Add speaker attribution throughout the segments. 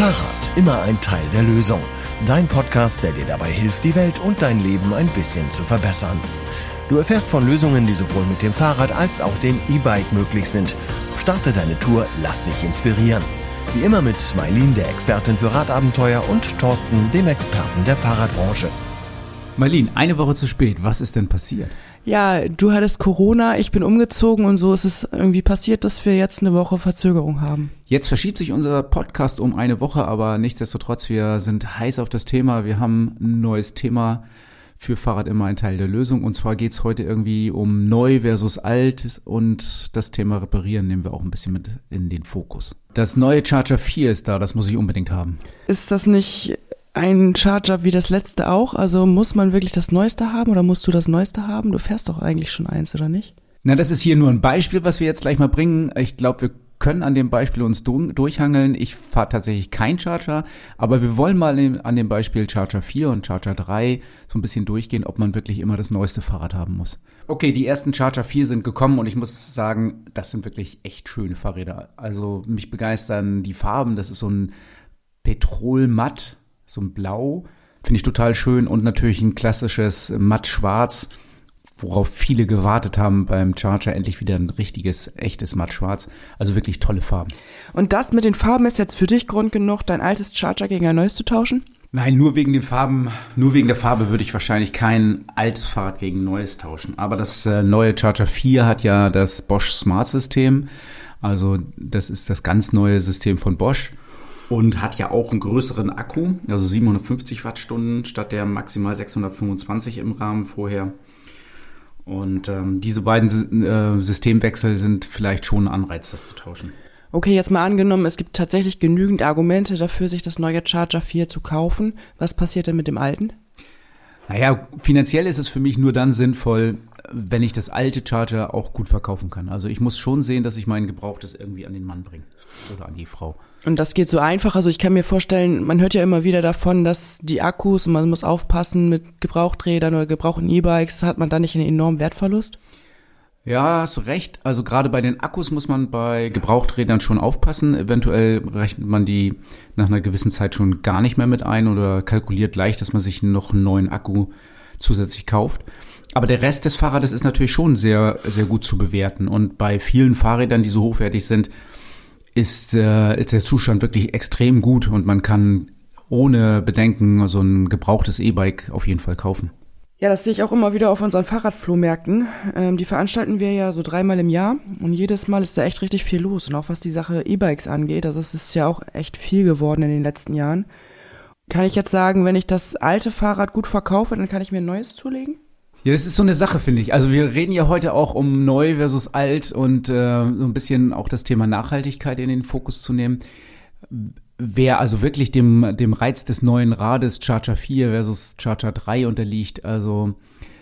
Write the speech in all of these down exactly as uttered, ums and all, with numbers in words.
Speaker 1: Fahrrad, immer ein Teil der Lösung. Dein Podcast, der dir dabei hilft, die Welt und dein Leben ein bisschen zu verbessern. Du erfährst von Lösungen, die sowohl mit dem Fahrrad als auch dem E-Bike möglich sind. Starte deine Tour, lass dich inspirieren. Wie immer mit Maylin, der Expertin für Radabenteuer, und Thorsten, dem Experten der Fahrradbranche.
Speaker 2: Maylin, eine Woche zu spät, was ist denn passiert?
Speaker 3: Ja, du hattest Corona, ich bin umgezogen und so ist es irgendwie passiert, dass wir jetzt eine Woche Verzögerung haben.
Speaker 2: Jetzt verschiebt sich unser Podcast um eine Woche, aber nichtsdestotrotz, wir sind heiß auf das Thema. Wir haben ein neues Thema für Fahrrad, immer ein Teil der Lösung. Und zwar geht's heute irgendwie um neu versus alt, und das Thema Reparieren nehmen wir auch ein bisschen mit in den Fokus. Das neue Charger vier ist da, das muss ich unbedingt haben.
Speaker 3: Ist das nicht ein Charger wie das letzte auch? Also muss man wirklich das Neueste haben oder musst du das Neueste haben? Du fährst doch eigentlich schon eins, oder nicht?
Speaker 2: Na, das ist hier nur ein Beispiel, was wir jetzt gleich mal bringen. Ich glaube, wir können an dem Beispiel uns du- durchhangeln. Ich fahre tatsächlich kein Charger, aber wir wollen mal an dem Beispiel Charger vier und Charger drei so ein bisschen durchgehen, ob man wirklich immer das neueste Fahrrad haben muss. Okay, die ersten Charger vier sind gekommen und ich muss sagen, das sind wirklich echt schöne Fahrräder. Also mich begeistern die Farben. Das ist so ein Petrolmatt, so ein Blau, finde ich total schön, und natürlich ein klassisches Matt-Schwarz, worauf viele gewartet haben beim Charger, endlich wieder ein richtiges, echtes Matt-Schwarz. Also wirklich tolle Farben.
Speaker 3: Und das mit den Farben ist jetzt für dich Grund genug, dein altes Charger gegen ein neues zu tauschen?
Speaker 2: Nein, nur wegen den Farben, nur wegen der Farbe würde ich wahrscheinlich kein altes Fahrrad gegen ein neues tauschen. Aber das äh, neue Charger vier hat ja das Bosch Smart System. Also das ist das ganz neue System von Bosch. Und hat ja auch einen größeren Akku, also siebenhundertfünfzig Wattstunden statt der maximal sechshundertfünfundzwanzig im Rahmen vorher. Und ähm, diese beiden äh, Systemwechsel sind vielleicht schon ein Anreiz, das zu tauschen.
Speaker 3: Okay, jetzt mal angenommen, es gibt tatsächlich genügend Argumente dafür, sich das neue Charger vier zu kaufen. Was passiert denn mit dem alten?
Speaker 2: Naja, finanziell ist es für mich nur dann sinnvoll, wenn ich das alte Charger auch gut verkaufen kann. Also ich muss schon sehen, dass ich mein Gebrauchtes irgendwie an den Mann bringe oder an die Frau.
Speaker 3: Und das geht so einfach. Also ich kann mir vorstellen, man hört ja immer wieder davon, dass die Akkus, und man muss aufpassen mit Gebrauchträdern oder gebrauchten E-Bikes, hat man da nicht einen enormen Wertverlust?
Speaker 2: Ja, hast du recht. Also gerade bei den Akkus muss man bei Gebrauchträdern schon aufpassen. Eventuell rechnet man die nach einer gewissen Zeit schon gar nicht mehr mit ein oder kalkuliert gleich, dass man sich noch einen neuen Akku zusätzlich kauft. Aber der Rest des Fahrrades ist natürlich schon sehr, sehr gut zu bewerten. Und bei vielen Fahrrädern, die so hochwertig sind, ist, äh, ist der Zustand wirklich extrem gut, und man kann ohne Bedenken so ein gebrauchtes E-Bike auf jeden Fall kaufen.
Speaker 3: Ja, das sehe ich auch immer wieder auf unseren Fahrradflohmärkten. Ähm, die veranstalten wir ja so dreimal im Jahr, und jedes Mal ist da echt richtig viel los. Und auch was die Sache E-Bikes angeht, also es ist ja auch echt viel geworden in den letzten Jahren. Kann ich jetzt sagen, wenn ich das alte Fahrrad gut verkaufe, dann kann ich mir ein neues zulegen?
Speaker 2: Ja, das ist so eine Sache, finde ich. Also wir reden ja heute auch um neu versus alt und äh, so ein bisschen auch das Thema Nachhaltigkeit in den Fokus zu nehmen. Wer also wirklich dem dem Reiz des neuen Rades Charger vier versus Charger drei unterliegt, also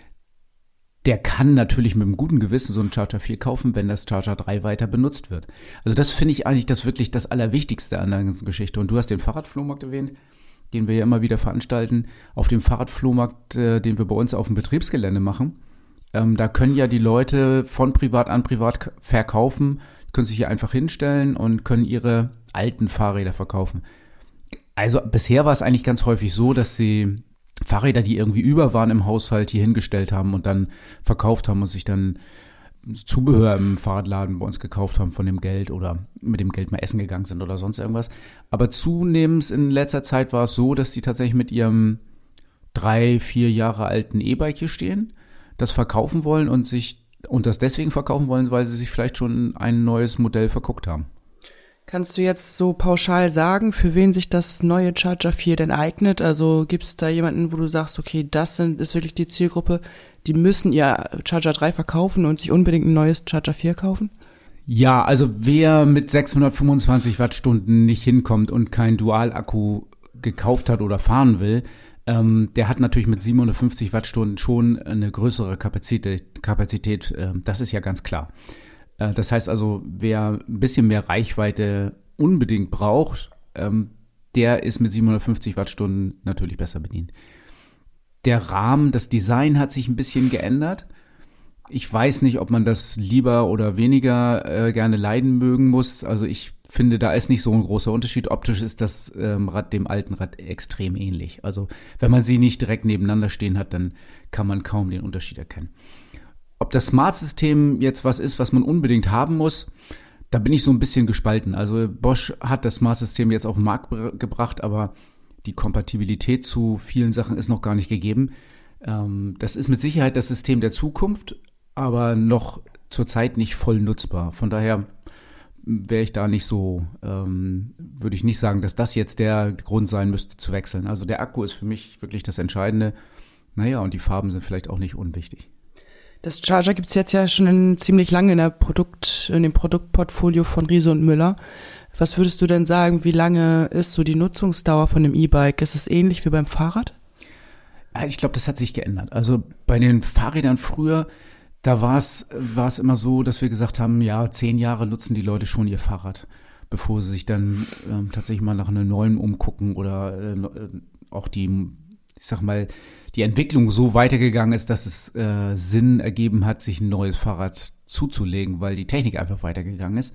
Speaker 2: der kann natürlich mit einem guten Gewissen so einen Charger vier kaufen, wenn das Charger drei weiter benutzt wird. Also das finde ich eigentlich das wirklich das Allerwichtigste an der ganzen Geschichte. Und du hast den Fahrradflohmarkt erwähnt, den wir ja immer wieder veranstalten. Auf dem Fahrradflohmarkt, äh, den wir bei uns auf dem Betriebsgelände machen, ähm, da können ja die Leute von privat an privat verkaufen, können sich hier einfach hinstellen und können ihre alten Fahrräder verkaufen. Also bisher war es eigentlich ganz häufig so, dass sie Fahrräder, die irgendwie über waren im Haushalt, hier hingestellt haben und dann verkauft haben und sich dann Zubehör im Fahrradladen bei uns gekauft haben von dem Geld oder mit dem Geld mal essen gegangen sind oder sonst irgendwas. Aber zunehmend in letzter Zeit war es so, dass sie tatsächlich mit ihrem drei, vier Jahre alten E-Bike hier stehen, das verkaufen wollen und sich und das deswegen verkaufen wollen, weil sie sich vielleicht schon ein neues Modell verguckt haben.
Speaker 3: Kannst du jetzt so pauschal sagen, für wen sich das neue Charger vier denn eignet? Also gibt es da jemanden, wo du sagst, okay, das sind, ist wirklich die Zielgruppe, die müssen ihr Charger drei verkaufen und sich unbedingt ein neues Charger vier kaufen?
Speaker 2: Ja, also wer mit sechshundertfünfundzwanzig Wattstunden nicht hinkommt und keinen Dual-Akku gekauft hat oder fahren will, ähm, der hat natürlich mit siebenhundertfünfzig Wattstunden schon eine größere Kapazität. Kapazität äh, das ist ja ganz klar. Äh, das heißt also, wer ein bisschen mehr Reichweite unbedingt braucht, ähm, der ist mit siebenhundertfünfzig Wattstunden natürlich besser bedient. Der Rahmen, das Design hat sich ein bisschen geändert. Ich weiß nicht, ob man das lieber oder weniger äh, gerne leiden mögen muss. Also ich finde, da ist nicht so ein großer Unterschied. Optisch ist das ähm, Rad dem alten Rad extrem ähnlich. Also wenn man sie nicht direkt nebeneinander stehen hat, dann kann man kaum den Unterschied erkennen. Ob das Smart-System jetzt was ist, was man unbedingt haben muss, da bin ich so ein bisschen gespalten. Also Bosch hat das Smart-System jetzt auf den Markt bre- gebracht, aber die Kompatibilität zu vielen Sachen ist noch gar nicht gegeben. Ähm, das ist mit Sicherheit das System der Zukunft, aber noch zurzeit nicht voll nutzbar. Von daher wäre ich da nicht so, ähm, würde ich nicht sagen, dass das jetzt der Grund sein müsste, zu wechseln. Also der Akku ist für mich wirklich das Entscheidende. Naja, und die Farben sind vielleicht auch nicht unwichtig.
Speaker 3: Das Charger gibt's jetzt ja schon ziemlich lange in der Produkt, in dem Produktportfolio von Riese und Müller. Was würdest du denn sagen, wie lange ist so die Nutzungsdauer von dem E-Bike? Ist es ähnlich wie beim Fahrrad?
Speaker 2: Ich glaube, das hat sich geändert. Also bei den Fahrrädern früher, da war es war es immer so, dass wir gesagt haben, ja, zehn Jahre nutzen die Leute schon ihr Fahrrad, bevor sie sich dann ähm, tatsächlich mal nach einem neuen umgucken oder äh, auch die, ich sag mal, die Entwicklung so weitergegangen ist, dass es äh, Sinn ergeben hat, sich ein neues Fahrrad zuzulegen, weil die Technik einfach weitergegangen ist.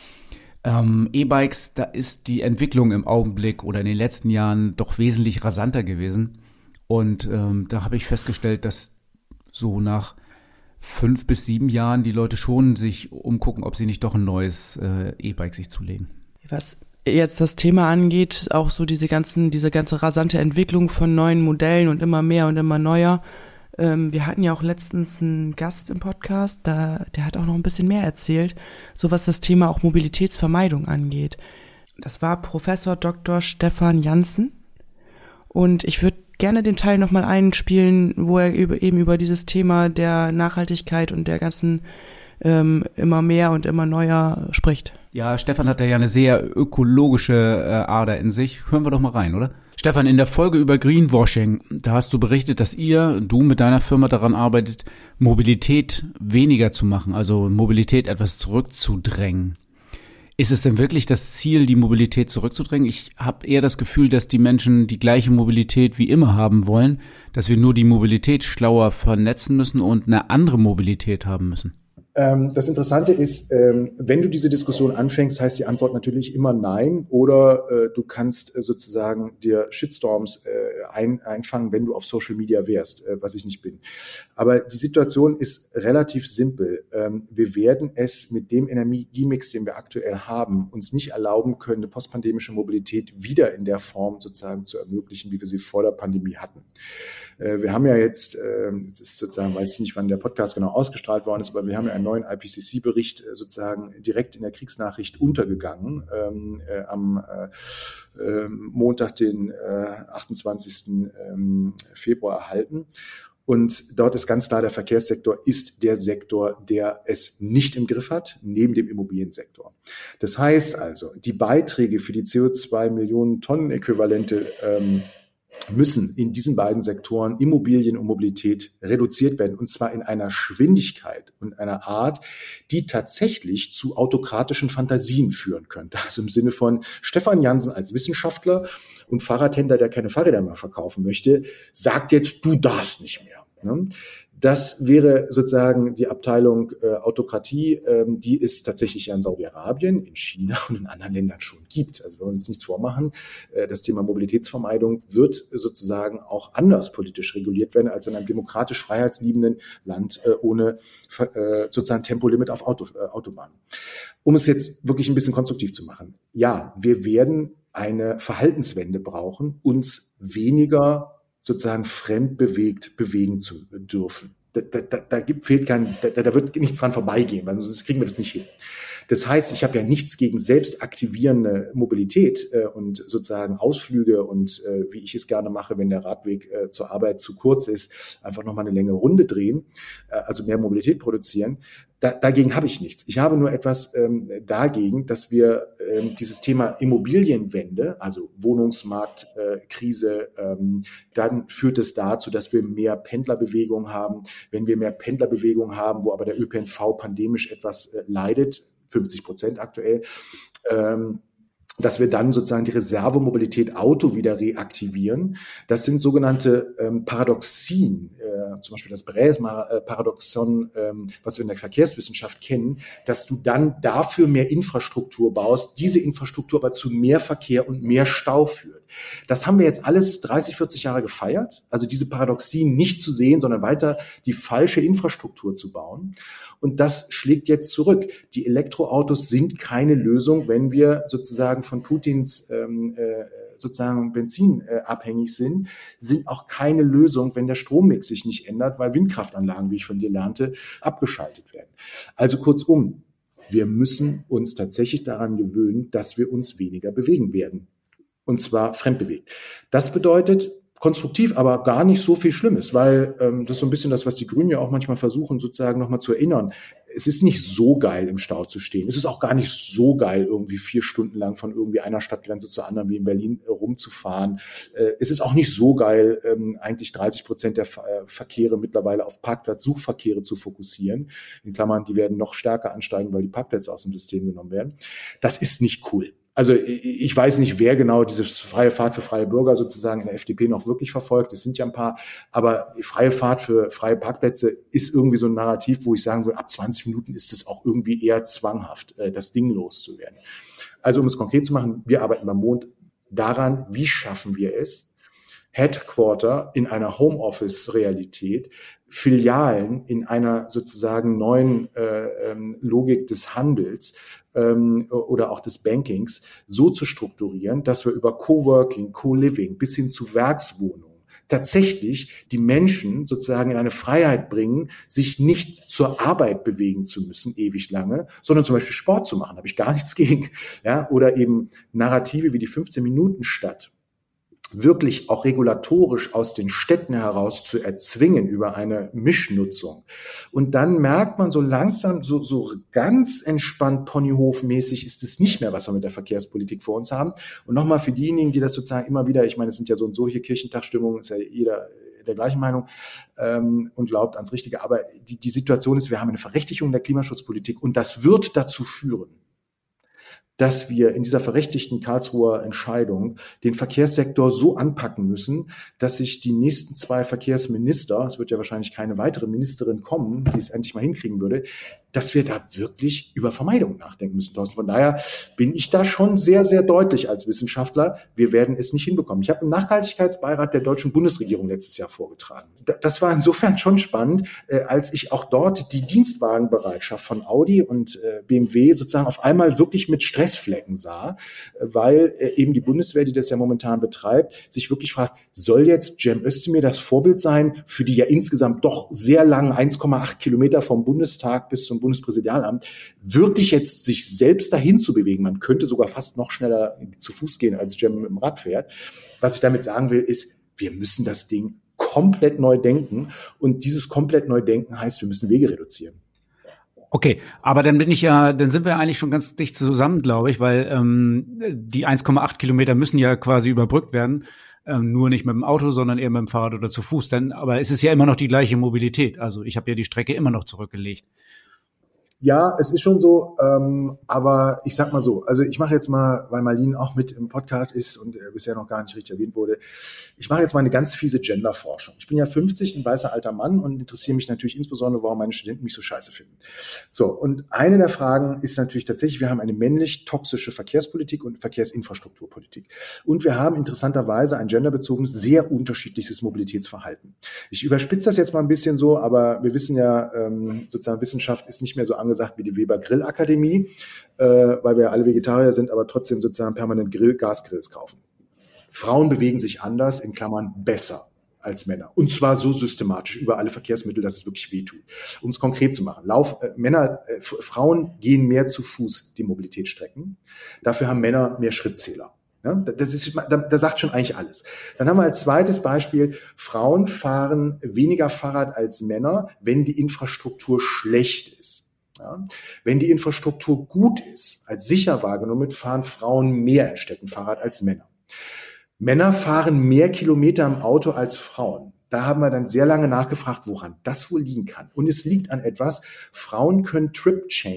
Speaker 2: Ähm, E-Bikes, da ist die Entwicklung im Augenblick oder in den letzten Jahren doch wesentlich rasanter gewesen. Und ähm, da habe ich festgestellt, dass so nach fünf bis sieben Jahren die Leute schon sich umgucken, ob sie nicht doch ein neues äh, E-Bike sich zulegen.
Speaker 3: Was jetzt das Thema angeht, auch so diese ganzen, diese ganze rasante Entwicklung von neuen Modellen und immer mehr und immer neuer. Ähm, wir hatten ja auch letztens einen Gast im Podcast, da, der hat auch noch ein bisschen mehr erzählt, so was das Thema auch Mobilitätsvermeidung angeht. Das war Professor Doktor Stefan Janssen. Und ich würde gerne den Teil nochmal einspielen, wo er über, eben über dieses Thema der Nachhaltigkeit und der ganzen ähm, immer mehr und immer neuer spricht.
Speaker 2: Ja, Stefan hat ja eine sehr ökologische äh, Ader in sich. Hören wir doch mal rein, oder? Stefan, in der Folge über Greenwashing, da hast du berichtet, dass ihr, du mit deiner Firma daran arbeitet, Mobilität weniger zu machen, also Mobilität etwas zurückzudrängen. Ist es denn wirklich das Ziel, die Mobilität zurückzudrängen? Ich habe eher das Gefühl, dass die Menschen die gleiche Mobilität wie immer haben wollen, dass wir nur die Mobilität schlauer vernetzen müssen und eine andere Mobilität haben müssen.
Speaker 4: Das Interessante ist, wenn du diese Diskussion anfängst, heißt die Antwort natürlich immer nein, oder du kannst sozusagen dir Shitstorms einfangen, wenn du auf Social Media wärst, was ich nicht bin. Aber die Situation ist relativ simpel. Wir werden es mit dem Energiemix, den wir aktuell haben, uns nicht erlauben können, eine postpandemische Mobilität wieder in der Form sozusagen zu ermöglichen, wie wir sie vor der Pandemie hatten. Wir haben ja jetzt, das ist sozusagen, weiß ich nicht, wann der Podcast genau ausgestrahlt worden ist, aber wir haben ja einen neuen I P C C-Bericht sozusagen direkt in der Kriegsnachricht untergegangen, ähm, äh, am äh, Montag, den äh, achtundzwanzigsten Ähm, Februar erhalten. Und dort ist ganz klar, der Verkehrssektor ist der Sektor, der es nicht im Griff hat, neben dem Immobiliensektor. Das heißt also, die Beiträge für die C O zwei Millionen Tonnen Äquivalente ähm, müssen in diesen beiden Sektoren Immobilien und Mobilität reduziert werden, und zwar in einer Geschwindigkeit und einer Art, die tatsächlich zu autokratischen Fantasien führen könnte. Also im Sinne von Stefan Janssen als Wissenschaftler und Fahrradhändler, der keine Fahrräder mehr verkaufen möchte, sagt jetzt, du darfst nicht mehr. Das wäre sozusagen die Abteilung äh, Autokratie, ähm, die es tatsächlich ja in Saudi-Arabien, in China und in anderen Ländern schon gibt. Also wir wollen uns nichts vormachen. Äh, das Thema Mobilitätsvermeidung wird sozusagen auch anders politisch reguliert werden als in einem demokratisch freiheitsliebenden Land äh, ohne äh, sozusagen Tempolimit auf Auto, äh, Autobahnen. Um es jetzt wirklich ein bisschen konstruktiv zu machen. Ja, wir werden eine Verhaltenswende brauchen, uns weniger sozusagen fremdbewegt bewegen zu dürfen. Da, da, da gibt, fehlt kein, da, da wird nichts dran vorbeigehen, weil sonst kriegen wir das nicht hin. Das heißt, ich habe ja nichts gegen selbstaktivierende Mobilität äh, und sozusagen Ausflüge und äh, wie ich es gerne mache, wenn der Radweg äh, zur Arbeit zu kurz ist, einfach nochmal eine längere Runde drehen, äh, also mehr Mobilität produzieren. Da, dagegen habe ich nichts. Ich habe nur etwas ähm, dagegen, dass wir ähm, dieses Thema Immobilienwende, also Wohnungsmarktkrise, äh, ähm, dann führt es dazu, dass wir mehr Pendlerbewegung haben. Wenn wir mehr Pendlerbewegung haben, wo aber der Ö P N V pandemisch etwas äh, leidet, fünfzig Prozent aktuell, ähm, dass wir dann sozusagen die Reservemobilität Auto wieder reaktivieren. Das sind sogenannte ähm, Paradoxien, äh, äh, zum Beispiel das Bräse-Paradoxon, ähm, was wir in der Verkehrswissenschaft kennen, dass du dann dafür mehr Infrastruktur baust, diese Infrastruktur aber zu mehr Verkehr und mehr Stau führt. Das haben wir jetzt alles dreißig, vierzig Jahre gefeiert, also diese Paradoxien nicht zu sehen, sondern weiter die falsche Infrastruktur zu bauen. Und das schlägt jetzt zurück. Die Elektroautos sind keine Lösung, wenn wir sozusagen von Putins ähm, äh, sozusagen Benzin äh, abhängig sind, sind auch keine Lösung, wenn der Strommix sich nicht ändert, weil Windkraftanlagen, wie ich von dir lernte, abgeschaltet werden. Also kurzum, wir müssen uns tatsächlich daran gewöhnen, dass wir uns weniger bewegen werden. Und zwar fremdbewegt. Das bedeutet konstruktiv, aber gar nicht so viel Schlimmes, weil ähm, das ist so ein bisschen das, was die Grünen ja auch manchmal versuchen, sozusagen nochmal zu erinnern. Es ist nicht so geil, im Stau zu stehen. Es ist auch gar nicht so geil, irgendwie vier Stunden lang von irgendwie einer Stadtgrenze zur anderen wie in Berlin äh, rumzufahren. Äh, es ist auch nicht so geil, ähm, eigentlich dreißig Prozent der äh, Verkehre mittlerweile auf Parkplatzsuchverkehre zu fokussieren. In Klammern, die werden noch stärker ansteigen, weil die Parkplätze aus dem System genommen werden. Das ist nicht cool. Also ich weiß nicht, wer genau diese freie Fahrt für freie Bürger sozusagen in der F D P noch wirklich verfolgt. Es sind ja ein paar. Aber freie Fahrt für freie Parkplätze ist irgendwie so ein Narrativ, wo ich sagen würde, ab zwanzig Minuten ist es auch irgendwie eher zwanghaft, das Ding loszuwerden. Also um es konkret zu machen, wir arbeiten beim Mond daran, wie schaffen wir es, Headquarter in einer Homeoffice-Realität, Filialen in einer sozusagen neuen äh, ähm, Logik des Handels ähm, oder auch des Bankings so zu strukturieren, dass wir über Coworking, Co-Living bis hin zu Werkswohnungen tatsächlich die Menschen sozusagen in eine Freiheit bringen, sich nicht zur Arbeit bewegen zu müssen, ewig lange, sondern zum Beispiel Sport zu machen, habe ich gar nichts gegen. Ja, oder eben Narrative wie die fünfzehn-Minuten-Stadt wirklich auch regulatorisch aus den Städten heraus zu erzwingen über eine Mischnutzung. Und dann merkt man so langsam, so, so ganz entspannt Ponyhof-mäßig ist es nicht mehr, was wir mit der Verkehrspolitik vor uns haben. Und nochmal für diejenigen, die das sozusagen immer wieder, ich meine, es sind ja so und so hier Kirchentagsstimmungen, ist ja jeder der gleichen Meinung ähm, und glaubt ans Richtige. Aber die, die Situation ist, wir haben eine Verrechtlichung der Klimaschutzpolitik und das wird dazu führen, dass wir in dieser verrechtlichten Karlsruher Entscheidung den Verkehrssektor so anpacken müssen, dass sich die nächsten zwei Verkehrsminister, es wird ja wahrscheinlich keine weitere Ministerin kommen, die es endlich mal hinkriegen würde, dass wir da wirklich über Vermeidung nachdenken müssen. Von daher bin ich da schon sehr, sehr deutlich als Wissenschaftler. Wir werden es nicht hinbekommen. Ich habe im Nachhaltigkeitsbeirat der deutschen Bundesregierung letztes Jahr vorgetragen. Das war insofern schon spannend, als ich auch dort die Dienstwagenbereitschaft von Audi und B M W sozusagen auf einmal wirklich mit Stressflecken sah, weil eben die Bundeswehr, die das ja momentan betreibt, sich wirklich fragt, soll jetzt Cem Özdemir das Vorbild sein für die ja insgesamt doch sehr langen eins Komma acht Kilometer vom Bundestag bis zum Bundespräsidialamt, wirklich jetzt sich selbst dahin zu bewegen. Man könnte sogar fast noch schneller zu Fuß gehen, als Cem mit dem Rad fährt. Was ich damit sagen will, ist, wir müssen das Ding komplett neu denken. Und dieses komplett neu denken heißt, wir müssen Wege reduzieren.
Speaker 2: Okay, aber dann bin ich ja, dann sind wir eigentlich schon ganz dicht zusammen, glaube ich, weil ähm, die eins Komma acht Kilometer müssen ja quasi überbrückt werden. Ähm, nur nicht mit dem Auto, sondern eher mit dem Fahrrad oder zu Fuß. Dann, aber es ist ja immer noch die gleiche Mobilität. Also ich habe ja die Strecke immer noch zurückgelegt.
Speaker 4: Ja, es ist schon so, ähm, aber ich sag mal so, also ich mache jetzt mal, weil Marlene auch mit im Podcast ist und äh, bisher noch gar nicht richtig erwähnt wurde, ich mache jetzt mal eine ganz fiese Genderforschung. Ich bin ja fünfzig, ein weißer alter Mann und interessiere mich natürlich insbesondere, warum meine Studenten mich so scheiße finden. So, und eine der Fragen ist natürlich tatsächlich, wir haben eine männlich toxische Verkehrspolitik und Verkehrsinfrastrukturpolitik. Und wir haben interessanterweise ein genderbezogenes, sehr unterschiedliches Mobilitätsverhalten. Ich überspitze das jetzt mal ein bisschen so, aber wir wissen ja, ähm, sozusagen Wissenschaft ist nicht mehr so angesagt wie die Weber Grillakademie, äh, weil wir alle Vegetarier sind, aber trotzdem sozusagen permanent Grill, Gasgrills kaufen. Frauen bewegen sich anders, in Klammern besser als Männer. Und zwar so systematisch über alle Verkehrsmittel, dass es wirklich wehtut. Um es konkret zu machen. Lauf, äh, Männer, äh, Frauen gehen mehr zu Fuß die Mobilitätsstrecken. Dafür haben Männer mehr Schrittzähler. Ja, das ist, da, da sagt schon eigentlich alles. Dann haben wir als zweites Beispiel, Frauen fahren weniger Fahrrad als Männer, wenn die Infrastruktur schlecht ist. Ja, wenn die Infrastruktur gut ist, als sicher wahrgenommen, fahren Frauen mehr in Städten Fahrrad als Männer. Männer fahren mehr Kilometer im Auto als Frauen. Da haben wir dann sehr lange nachgefragt, woran das wohl liegen kann. Und es liegt an etwas, Frauen können Trip-Chaining.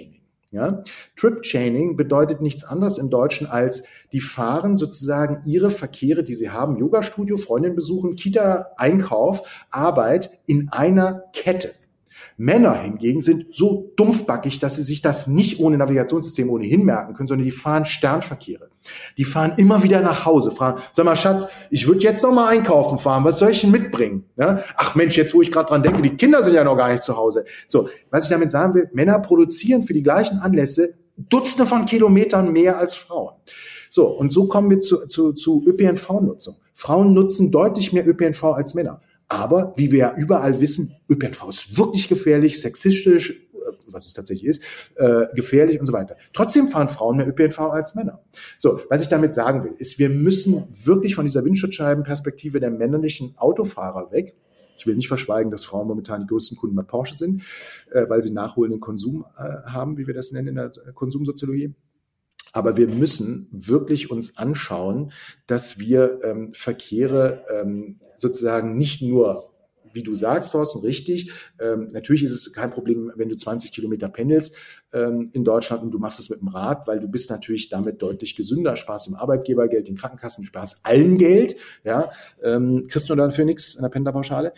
Speaker 4: Ja? Trip-Chaining bedeutet nichts anderes im Deutschen als, die fahren sozusagen ihre Verkehre, die sie haben, Yoga-Studio, Freundin besuchen, Kita, Einkauf, Arbeit in einer Kette. Männer hingegen sind so dumpfbackig, dass sie sich das nicht ohne Navigationssystem ohnehin merken können, sondern die fahren Sternverkehre. Die fahren immer wieder nach Hause, fragen, sag mal Schatz, ich würde jetzt noch mal einkaufen fahren, was soll ich denn mitbringen? Ja? Ach Mensch, jetzt wo ich gerade dran denke, die Kinder sind ja noch gar nicht zu Hause. So, was ich damit sagen will, Männer produzieren für die gleichen Anlässe Dutzende von Kilometern mehr als Frauen. So, und so kommen wir zu, zu, zu Ö P N V-Nutzung. Frauen nutzen deutlich mehr Ö P N V als Männer. Aber, wie wir ja überall wissen, Ö P N V ist wirklich gefährlich, sexistisch, was es tatsächlich ist, äh, gefährlich und so weiter. Trotzdem fahren Frauen mehr Ö P N V als Männer. So, was ich damit sagen will, ist, wir müssen wirklich von dieser Windschutzscheibenperspektive der männlichen Autofahrer weg. Ich will nicht verschweigen, dass Frauen momentan die größten Kunden bei Porsche sind, äh, weil sie nachholenden Konsum äh, haben, wie wir das nennen in der Konsumsoziologie. Aber wir müssen wirklich uns anschauen, dass wir ähm, Verkehre ähm, sozusagen nicht nur, wie du sagst, Thorsten, richtig, ähm, natürlich ist es kein Problem, wenn du zwanzig Kilometer pendelst ähm, in Deutschland und du machst es mit dem Rad, weil du bist natürlich damit deutlich gesünder, sparst dem Arbeitgeber Geld, den Krankenkassen, sparst allen Geld, ja, ähm, kriegst du dafür nichts in der Pendlerpauschale.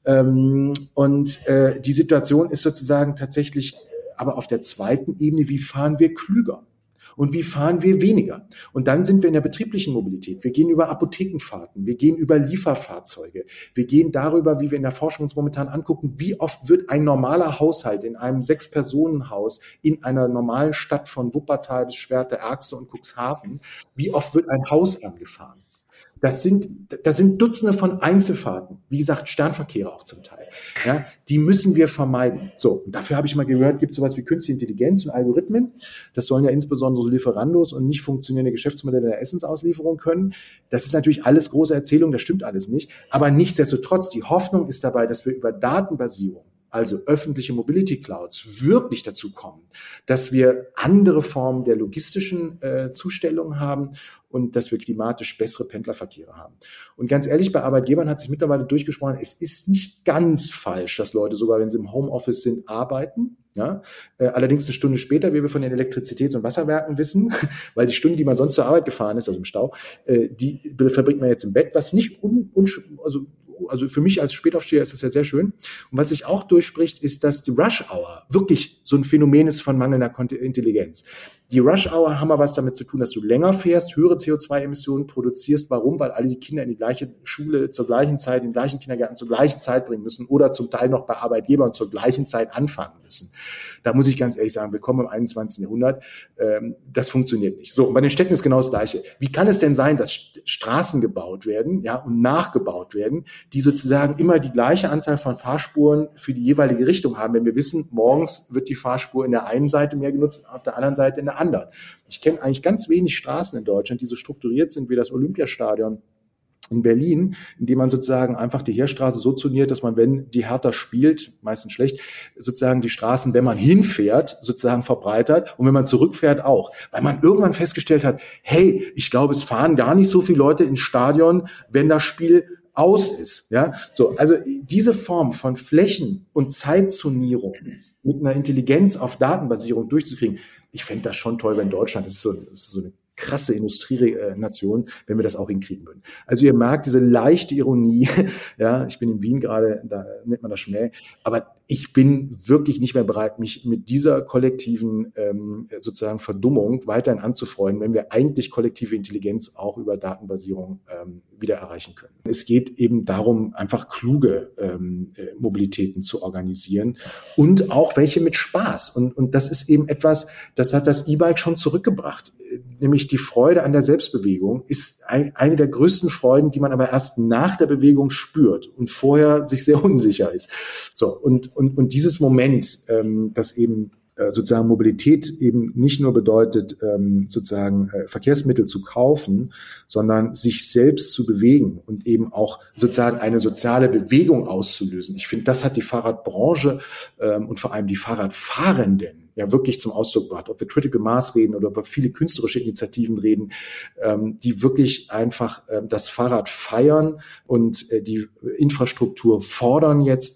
Speaker 4: Ähm, und äh, die Situation ist sozusagen tatsächlich aber auf der zweiten Ebene, wie fahren wir klüger? Und wie fahren wir weniger? Und dann sind wir in der betrieblichen Mobilität. Wir gehen über Apothekenfahrten, wir gehen über Lieferfahrzeuge, wir gehen darüber, wie wir in der Forschung uns momentan angucken, wie oft wird ein normaler Haushalt in einem Sechs-Personen-Haus in einer normalen Stadt von Wuppertal bis Schwerte, Erxel und Cuxhaven, wie oft wird ein Haus angefahren? Das sind, das sind Dutzende von Einzelfahrten. Wie gesagt, Sternverkehre auch zum Teil. Ja, die müssen wir vermeiden. So, und dafür habe ich mal gehört, gibt es sowas wie künstliche Intelligenz und Algorithmen. Das sollen ja insbesondere so Lieferandos und nicht funktionierende Geschäftsmodelle der Essensauslieferung können. Das ist natürlich alles große Erzählung, das stimmt alles nicht. Aber nichtsdestotrotz, die Hoffnung ist dabei, dass wir über Datenbasierung, also öffentliche Mobility Clouds, wirklich dazu kommen, dass wir andere Formen der logistischen äh, Zustellung haben und dass wir klimatisch bessere Pendlerverkehre haben. Und ganz ehrlich, bei Arbeitgebern hat sich mittlerweile durchgesprochen, es ist nicht ganz falsch, dass Leute sogar, wenn sie im Homeoffice sind, arbeiten. Ja, äh, allerdings eine Stunde später, wie wir von den Elektrizitäts- und Wasserwerken wissen, weil die Stunde, die man sonst zur Arbeit gefahren ist, also im Stau, äh, die verbringt man jetzt im Bett, was nicht un, un, also Also für mich als Spätaufsteher ist das ja sehr schön. Und was sich auch durchspricht, ist, dass die Rush Hour wirklich so ein Phänomen ist von mangelnder Intelligenz. Die Rush Hour haben wir was damit zu tun, dass du länger fährst, höhere C O zwei Emissionen produzierst. Warum? Weil alle die Kinder in die gleiche Schule zur gleichen Zeit, in den gleichen Kindergarten zur gleichen Zeit bringen müssen oder zum Teil noch bei Arbeitgebern zur gleichen Zeit anfangen müssen. Da muss ich ganz ehrlich sagen, willkommen im einundzwanzigsten Jahrhundert. Ähm, das funktioniert nicht. So, und bei den Städten ist genau das Gleiche. Wie kann es denn sein, dass Straßen gebaut werden, ja, und nachgebaut werden, die sozusagen immer die gleiche Anzahl von Fahrspuren für die jeweilige Richtung haben, wenn wir wissen, morgens wird die Fahrspur in der einen Seite mehr genutzt, auf der anderen Seite in der anderen. Ich kenne eigentlich ganz wenig Straßen in Deutschland, die so strukturiert sind wie das Olympiastadion in Berlin, in dem man sozusagen einfach die Heerstraße so zoniert, dass man, wenn die Hertha spielt, meistens schlecht, sozusagen die Straßen, wenn man hinfährt, sozusagen verbreitert und wenn man zurückfährt auch. Weil man irgendwann festgestellt hat, hey, ich glaube, es fahren gar nicht so viele Leute ins Stadion, wenn das Spiel aus ist. Ja, so, also diese Form von Flächen- und Zeitzonierung mit einer Intelligenz auf Datenbasierung durchzukriegen, ich fände das schon toll, wenn Deutschland, das ist so, das ist so eine krasse Industrienation, wenn wir das auch hinkriegen würden. Also ihr merkt diese leichte Ironie, ja, ich bin in Wien gerade, da nennt man das Schmäh, aber ich bin wirklich nicht mehr bereit, mich mit dieser kollektiven ähm, sozusagen Verdummung weiterhin anzufreunden, wenn wir eigentlich kollektive Intelligenz auch über Datenbasierung ähm, wieder erreichen können. Es geht eben darum, einfach kluge ähm, Mobilitäten zu organisieren und auch welche mit Spaß. Und, und das ist eben etwas, das hat das E-Bike schon zurückgebracht, nämlich die Freude an der Selbstbewegung ist ein, eine der größten Freuden, die man aber erst nach der Bewegung spürt und vorher sich sehr unsicher ist. So, und Und, und dieses Moment, ähm, dass eben äh, sozusagen Mobilität eben nicht nur bedeutet, ähm, sozusagen äh, Verkehrsmittel zu kaufen, sondern sich selbst zu bewegen und eben auch sozusagen eine soziale Bewegung auszulösen. Ich finde, das hat die Fahrradbranche ähm, und vor allem die Fahrradfahrenden ja wirklich zum Ausdruck gebracht. Ob wir Critical Mass reden oder über viele künstlerische Initiativen reden, ähm, die wirklich einfach ähm, das Fahrrad feiern und äh, die Infrastruktur fordern jetzt.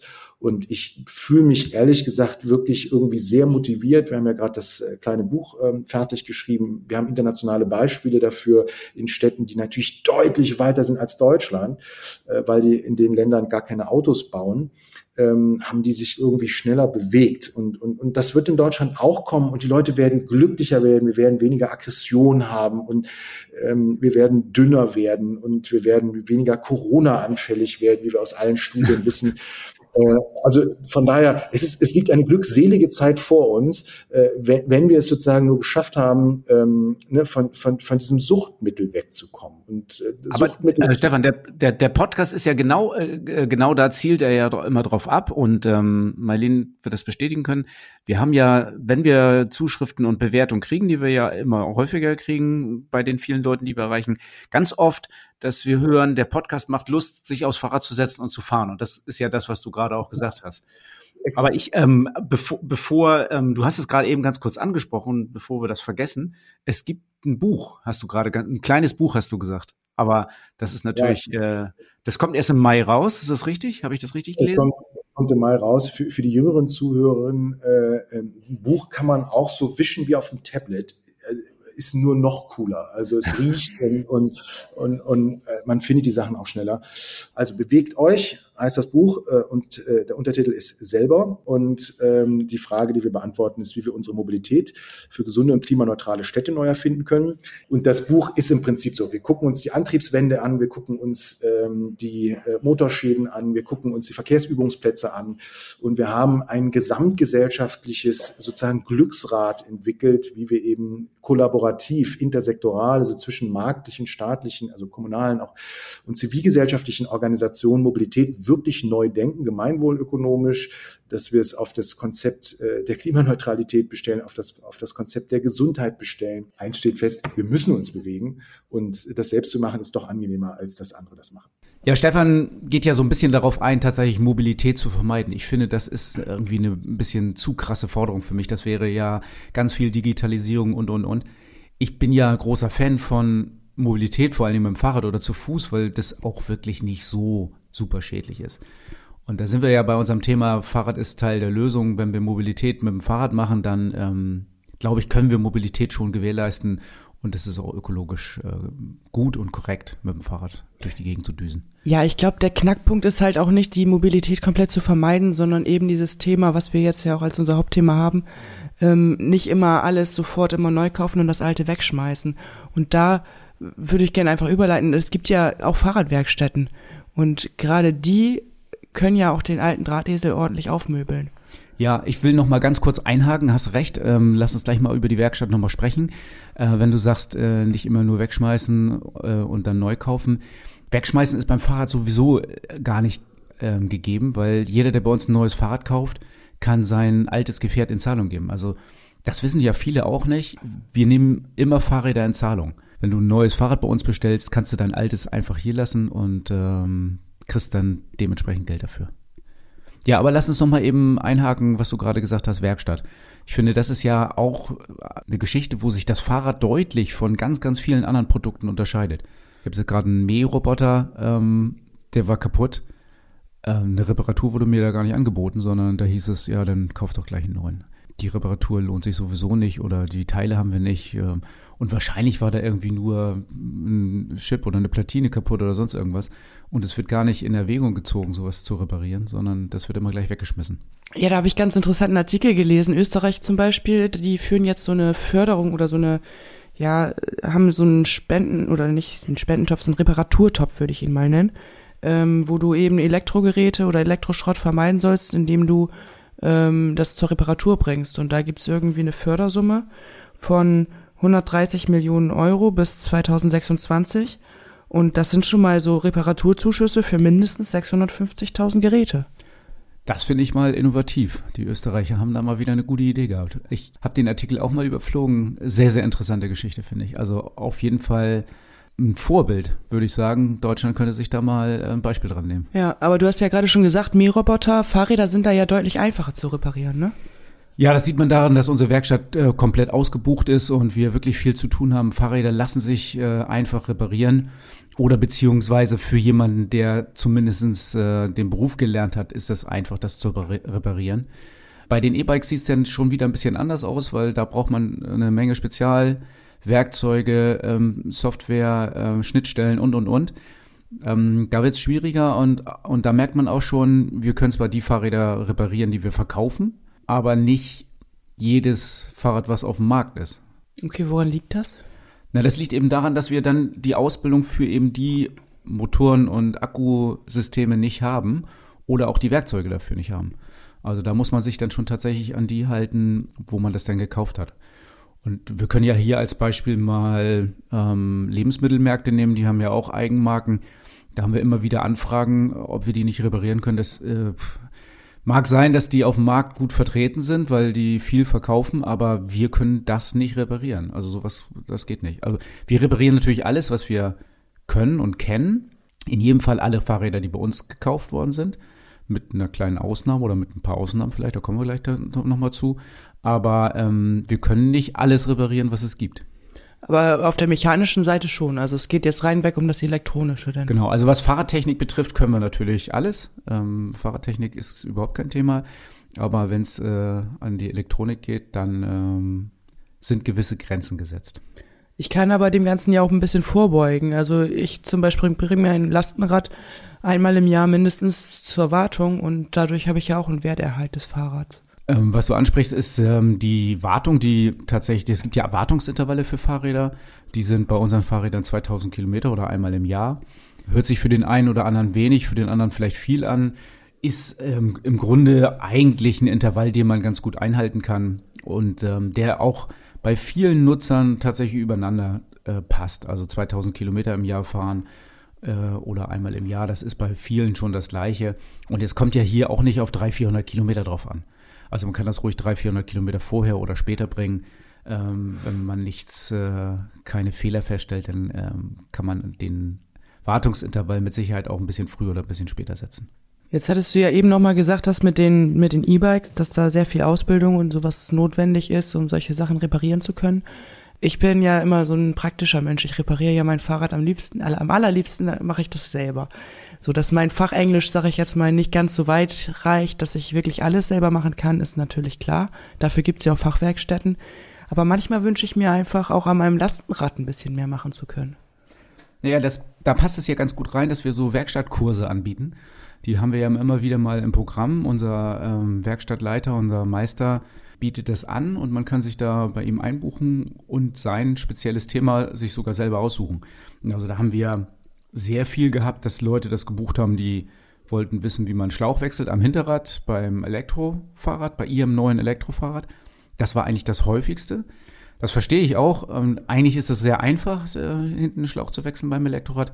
Speaker 4: Und ich fühle mich ehrlich gesagt wirklich irgendwie sehr motiviert. Wir haben ja gerade das äh, kleine Buch ähm, fertig geschrieben. Wir haben internationale Beispiele dafür in Städten, die natürlich deutlich weiter sind als Deutschland, äh, weil die in den Ländern gar keine Autos bauen. Ähm, haben die sich irgendwie schneller bewegt. Und, und, und das wird in Deutschland auch kommen und die Leute werden glücklicher werden, wir werden weniger Aggression haben und ähm, wir werden dünner werden und wir werden weniger Corona-anfällig werden, wie wir aus allen Studien wissen. Also von daher, es ist, es liegt eine glückselige Zeit vor uns, äh, wenn, wenn wir es sozusagen nur geschafft haben, ähm, ne, von, von, von diesem Suchtmittel wegzukommen. Und äh,
Speaker 2: Aber
Speaker 4: Suchtmittel.
Speaker 2: Äh, Stefan, der, der, der Podcast ist ja genau, äh, genau da zielt er ja immer drauf ab und ähm, Marlene wird das bestätigen können. Wir haben ja, wenn wir Zuschriften und Bewertungen kriegen, die wir ja immer häufiger kriegen bei den vielen Leuten, die wir erreichen, ganz oft, dass wir hören, der Podcast macht Lust, sich aufs Fahrrad zu setzen und zu fahren. Und das ist ja das, was du gerade auch gesagt hast.
Speaker 4: Exakt.
Speaker 2: Aber ich, ähm, bevor, bevor ähm, du hast es gerade eben ganz kurz angesprochen, bevor wir das vergessen, es gibt ein Buch, hast du gerade, ein kleines Buch hast du gesagt. Aber das ist natürlich, ja. äh, das kommt erst im Mai raus, ist das richtig? Habe ich das richtig gelesen?
Speaker 4: Es kommt, kommt im Mai raus. Für, für die jüngeren Zuhörerinnen, äh, ein Buch kann man auch so wischen wie auf dem Tablet. Also, ist nur noch cooler. Also es riecht und, und, und, und äh, man findet die Sachen auch schneller. Also bewegt euch, heißt das Buch, äh, und äh, der Untertitel ist selber. Und ähm, die Frage, die wir beantworten, ist, wie wir unsere Mobilität für gesunde und klimaneutrale Städte neu erfinden können. Und das Buch ist im Prinzip so. Wir gucken uns die Antriebswende an, wir gucken uns ähm, die äh, Motorschäden an, wir gucken uns die Verkehrsübungsplätze an. Und wir haben ein gesamtgesellschaftliches sozusagen Glücksrad entwickelt, wie wir eben kollaborativ, intersektoral, also zwischen marktlichen, staatlichen, also kommunalen auch und zivilgesellschaftlichen Organisationen Mobilität wirklich neu denken, gemeinwohlökonomisch, dass wir es auf das Konzept äh, der Klimaneutralität bestellen, auf das, auf das Konzept der Gesundheit bestellen. Eins steht fest, wir müssen uns bewegen und das selbst zu machen ist doch angenehmer, als dass andere das machen.
Speaker 2: Ja, Stefan geht ja so ein bisschen darauf ein, tatsächlich Mobilität zu vermeiden. Ich finde, das ist irgendwie eine ein bisschen zu krasse Forderung für mich. Das wäre ja ganz viel Digitalisierung und, und, und. Ich bin ja großer Fan von Mobilität, vor allem mit dem Fahrrad oder zu Fuß, weil das auch wirklich nicht so super schädlich ist. Und da sind wir ja bei unserem Thema, Fahrrad ist Teil der Lösung. Wenn wir Mobilität mit dem Fahrrad machen, dann, ähm, glaube ich, können wir Mobilität schon gewährleisten. Und das ist auch ökologisch äh, gut und korrekt, mit dem Fahrrad durch die Gegend zu düsen.
Speaker 3: Ja, ich glaube, der Knackpunkt ist halt auch nicht, die Mobilität komplett zu vermeiden, sondern eben dieses Thema, was wir jetzt ja auch als unser Hauptthema haben, ähm, nicht immer alles sofort immer neu kaufen und das Alte wegschmeißen. Und da würde ich gerne einfach überleiten, es gibt ja auch Fahrradwerkstätten und gerade die können ja auch den alten Drahtesel ordentlich aufmöbeln.
Speaker 2: Ja, ich will noch mal ganz kurz einhaken, hast recht, ähm, lass uns gleich mal über die Werkstatt noch mal sprechen. Äh, wenn du sagst, äh, nicht immer nur wegschmeißen äh, und dann neu kaufen. Wegschmeißen ist beim Fahrrad sowieso gar nicht ähm, gegeben, weil jeder, der bei uns ein neues Fahrrad kauft, kann sein altes Gefährt in Zahlung geben. Also das wissen ja viele auch nicht. Wir nehmen immer Fahrräder in Zahlung. Wenn du ein neues Fahrrad bei uns bestellst, kannst du dein altes einfach hier lassen und ähm, kriegst dann dementsprechend Geld dafür. Ja, aber lass uns noch mal eben einhaken, was du gerade gesagt hast, Werkstatt. Ich finde, das ist ja auch eine Geschichte, wo sich das Fahrrad deutlich von ganz, ganz vielen anderen Produkten unterscheidet. Ich habe jetzt gerade einen Mähroboter, ähm, der war kaputt. Ähm, eine Reparatur wurde mir da gar nicht angeboten, sondern da hieß es, ja, dann kauf doch gleich einen neuen. Die Reparatur lohnt sich sowieso nicht oder die Teile haben wir nicht. Ähm, und wahrscheinlich war da irgendwie nur ein Chip oder eine Platine kaputt oder sonst irgendwas. Und es wird gar nicht in Erwägung gezogen, sowas zu reparieren, sondern das wird immer gleich weggeschmissen.
Speaker 3: Ja, da habe ich ganz interessanten Artikel gelesen. Österreich zum Beispiel, die führen jetzt so eine Förderung oder so eine, ja, haben so einen Spenden, oder nicht einen Spendentopf, so einen Reparaturtopf, würde ich ihn mal nennen, ähm, wo du eben Elektrogeräte oder Elektroschrott vermeiden sollst, indem du ähm, das zur Reparatur bringst. Und da gibt's irgendwie eine Fördersumme von hundertdreißig Millionen Euro bis zweitausendsechsundzwanzig. Und das sind schon mal so Reparaturzuschüsse für mindestens sechshundertfünfzigtausend Geräte.
Speaker 2: Das finde ich mal innovativ. Die Österreicher haben da mal wieder eine gute Idee gehabt. Ich habe den Artikel auch mal überflogen. Sehr, sehr interessante Geschichte, finde ich. Also auf jeden Fall ein Vorbild, würde ich sagen. Deutschland könnte sich da mal ein Beispiel dran nehmen.
Speaker 3: Ja, aber du hast ja gerade schon gesagt, Mähroboter, Fahrräder sind da ja deutlich einfacher zu reparieren, ne?
Speaker 2: Ja, das sieht man daran, dass unsere Werkstatt äh, komplett ausgebucht ist und wir wirklich viel zu tun haben. Fahrräder lassen sich äh, einfach reparieren oder beziehungsweise für jemanden, der zumindest äh, den Beruf gelernt hat, ist es einfach, das zu reparieren. Bei den E-Bikes sieht es dann schon wieder ein bisschen anders aus, weil da braucht man eine Menge Spezialwerkzeuge, ähm, Software, äh, Schnittstellen und, und, und. Ähm, da wird es schwieriger und, und da merkt man auch schon, wir können zwar die Fahrräder reparieren, die wir verkaufen, aber nicht jedes Fahrrad, was auf dem Markt ist.
Speaker 3: Okay, woran liegt das?
Speaker 2: Na, das liegt eben daran, dass wir dann die Ausbildung für eben die Motoren und Akkusysteme nicht haben oder auch die Werkzeuge dafür nicht haben. Also da muss man sich dann schon tatsächlich an die halten, wo man das dann gekauft hat. Und wir können ja hier als Beispiel mal ähm, Lebensmittelmärkte nehmen, die haben ja auch Eigenmarken. Da haben wir immer wieder Anfragen, ob wir die nicht reparieren können. Das äh, mag sein, dass die auf dem Markt gut vertreten sind, weil die viel verkaufen, aber wir können das nicht reparieren. Also sowas, das geht nicht. Also wir reparieren natürlich alles, was wir können und kennen. In jedem Fall alle Fahrräder, die bei uns gekauft worden sind. Mit einer kleinen Ausnahme oder mit ein paar Ausnahmen vielleicht, da kommen wir gleich da nochmal zu. Aber ähm, wir können nicht alles reparieren, was es gibt.
Speaker 3: Aber auf der mechanischen Seite schon. Also es geht jetzt rein weg um das Elektronische. Denn.
Speaker 2: Genau, also was Fahrradtechnik betrifft, können wir natürlich alles. Ähm, Fahrradtechnik ist überhaupt kein Thema. Aber wenn es äh, an die Elektronik geht, dann ähm, sind gewisse Grenzen gesetzt.
Speaker 3: Ich kann aber dem Ganzen ja auch ein bisschen vorbeugen. Also ich zum Beispiel bringe mir ein Lastenrad einmal im Jahr mindestens zur Wartung und dadurch habe ich ja auch einen Werterhalt des Fahrrads.
Speaker 2: Ähm, was du ansprichst, ist ähm, die Wartung, die tatsächlich, es gibt ja Wartungsintervalle für Fahrräder, die sind bei unseren Fahrrädern zweitausend Kilometer oder einmal im Jahr. Hört sich für den einen oder anderen wenig, für den anderen vielleicht viel an, ist ähm, im Grunde eigentlich ein Intervall, den man ganz gut einhalten kann und ähm, der auch bei vielen Nutzern tatsächlich übereinander äh, passt. Also zweitausend Kilometer im Jahr fahren äh, oder einmal im Jahr, das ist bei vielen schon das Gleiche. Und jetzt kommt ja hier auch nicht auf dreihundert, vierhundert Kilometer drauf an. Also man kann das ruhig dreihundert, vierhundert Kilometer vorher oder später bringen. Ähm, wenn man nichts, äh, keine Fehler feststellt, dann ähm, kann man den Wartungsintervall mit Sicherheit auch ein bisschen früher oder ein bisschen später setzen.
Speaker 3: Jetzt hattest du ja eben nochmal gesagt, dass mit den mit den E-Bikes, dass da sehr viel Ausbildung und sowas notwendig ist, um solche Sachen reparieren zu können. Ich bin ja immer so ein praktischer Mensch. Ich repariere ja mein Fahrrad am liebsten, am allerliebsten mache ich das selber. So dass mein Fachenglisch, sage ich jetzt mal, nicht ganz so weit reicht, dass ich wirklich alles selber machen kann, ist natürlich klar. Dafür gibt's ja auch Fachwerkstätten. Aber manchmal wünsche ich mir einfach auch an meinem Lastenrad ein bisschen mehr machen zu können.
Speaker 2: Naja, das, da passt es ja ganz gut rein, dass wir so Werkstattkurse anbieten. Die haben wir ja immer wieder mal im Programm. Unser ähm, Werkstattleiter, unser Meister bietet das an und man kann sich da bei ihm einbuchen und sein spezielles Thema sich sogar selber aussuchen. Also da haben wir sehr viel gehabt, dass Leute das gebucht haben, die wollten wissen, wie man Schlauch wechselt am Hinterrad beim Elektrofahrrad, bei ihrem neuen Elektrofahrrad. Das war eigentlich das häufigste. Das verstehe ich auch. Ähm, eigentlich ist es sehr einfach, äh, hinten einen Schlauch zu wechseln beim Elektrorad.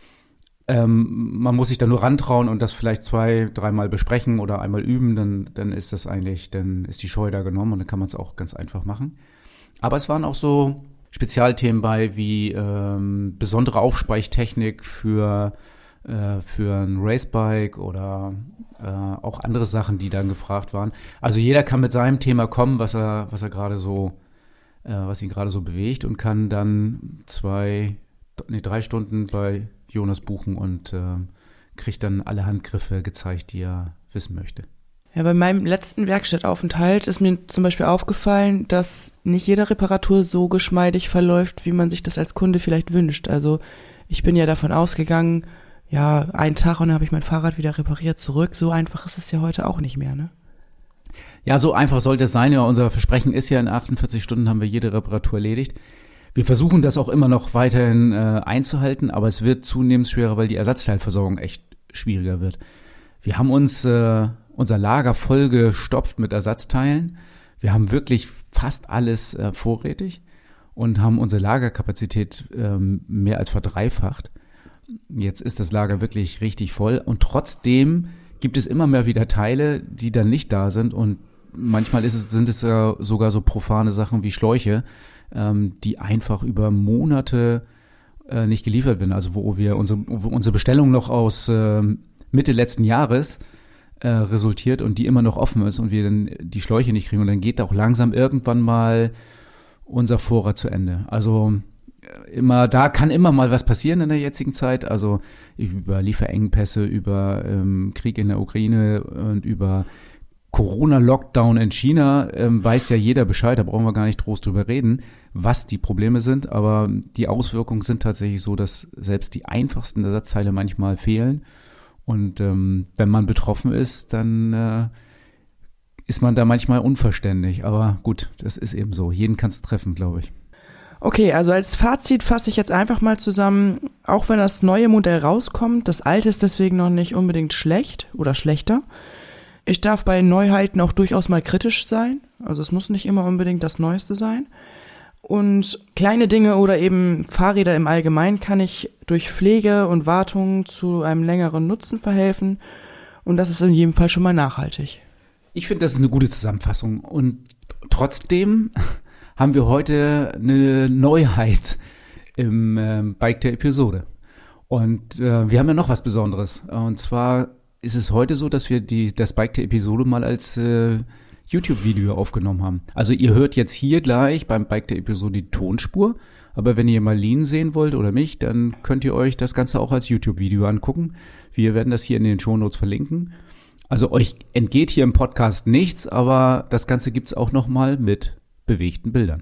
Speaker 2: Ähm, man muss sich da nur rantrauen und das vielleicht zwei, dreimal besprechen oder einmal üben, dann, dann ist das eigentlich, dann ist die Scheu da genommen und dann kann man es auch ganz einfach machen. Aber es waren auch so Spezialthemen bei, wie ähm, besondere Aufspeichtechnik für, äh, für ein Racebike oder äh, auch andere Sachen, die dann gefragt waren. Also jeder kann mit seinem Thema kommen, was er, was er gerade so, äh, was ihn gerade so bewegt und kann dann zwei, nee, drei Stunden bei Jonas buchen und äh, kriegt dann alle Handgriffe gezeigt, die er wissen möchte.
Speaker 3: Ja, bei meinem letzten Werkstattaufenthalt ist mir zum Beispiel aufgefallen, dass nicht jede Reparatur so geschmeidig verläuft, wie man sich das als Kunde vielleicht wünscht. Also ich bin ja davon ausgegangen, ja, einen Tag und dann habe ich mein Fahrrad wieder repariert zurück. So einfach ist es ja heute auch nicht mehr, ne?
Speaker 2: Ja, so einfach sollte es sein. Ja, unser Versprechen ist ja, in achtundvierzig Stunden haben wir jede Reparatur erledigt. Wir versuchen das auch immer noch weiterhin äh, einzuhalten, aber es wird zunehmend schwerer, weil die Ersatzteilversorgung echt schwieriger wird. Wir haben uns äh, unser Lager vollgestopft mit Ersatzteilen. Wir haben wirklich fast alles äh, vorrätig und haben unsere Lagerkapazität ähm, mehr als verdreifacht. Jetzt ist das Lager wirklich richtig voll und trotzdem gibt es immer mehr wieder Teile, die dann nicht da sind und manchmal ist es, sind es äh, sogar so profane Sachen wie Schläuche, ähm, die einfach über Monate äh, nicht geliefert werden. Also wo wir unsere, wo unsere Bestellung noch aus äh, Mitte letzten Jahres äh, resultiert und die immer noch offen ist und wir dann die Schläuche nicht kriegen und dann geht auch langsam irgendwann mal unser Vorrat zu Ende. Also immer, da kann immer mal was passieren in der jetzigen Zeit, also über Lieferengpässe, über ähm, Krieg in der Ukraine und über Corona-Lockdown in China, ähm, weiß ja jeder Bescheid, da brauchen wir gar nicht groß drüber reden, was die Probleme sind, aber die Auswirkungen sind tatsächlich so, dass selbst die einfachsten Ersatzteile manchmal fehlen und ähm, wenn man betroffen ist, dann äh, ist man da manchmal unverständlich, aber gut, das ist eben so, jeden kann es treffen, glaube ich.
Speaker 3: Okay, also als Fazit fasse ich jetzt einfach mal zusammen, auch wenn das neue Modell rauskommt, das alte ist deswegen noch nicht unbedingt schlecht oder schlechter. Ich darf bei Neuheiten auch durchaus mal kritisch sein, also es muss nicht immer unbedingt das Neueste sein. Und kleine Dinge oder eben Fahrräder im Allgemeinen kann ich durch Pflege und Wartung zu einem längeren Nutzen verhelfen und das ist in jedem Fall schon mal nachhaltig.
Speaker 2: Ich finde, das ist eine gute Zusammenfassung und trotzdem haben wir heute eine Neuheit im äh, Bike der Episode. Und äh, wir haben ja noch was Besonderes. Und zwar ist es heute so, dass wir die das Bike der Episode mal als äh, YouTube-Video aufgenommen haben. Also ihr hört jetzt hier gleich beim Bike der Episode die Tonspur. Aber wenn ihr Marlene sehen wollt oder mich, dann könnt ihr euch das Ganze auch als YouTube-Video angucken. Wir werden das hier in den Shownotes verlinken. Also euch entgeht hier im Podcast nichts, aber das Ganze gibt's auch noch mal mit bewegten Bildern.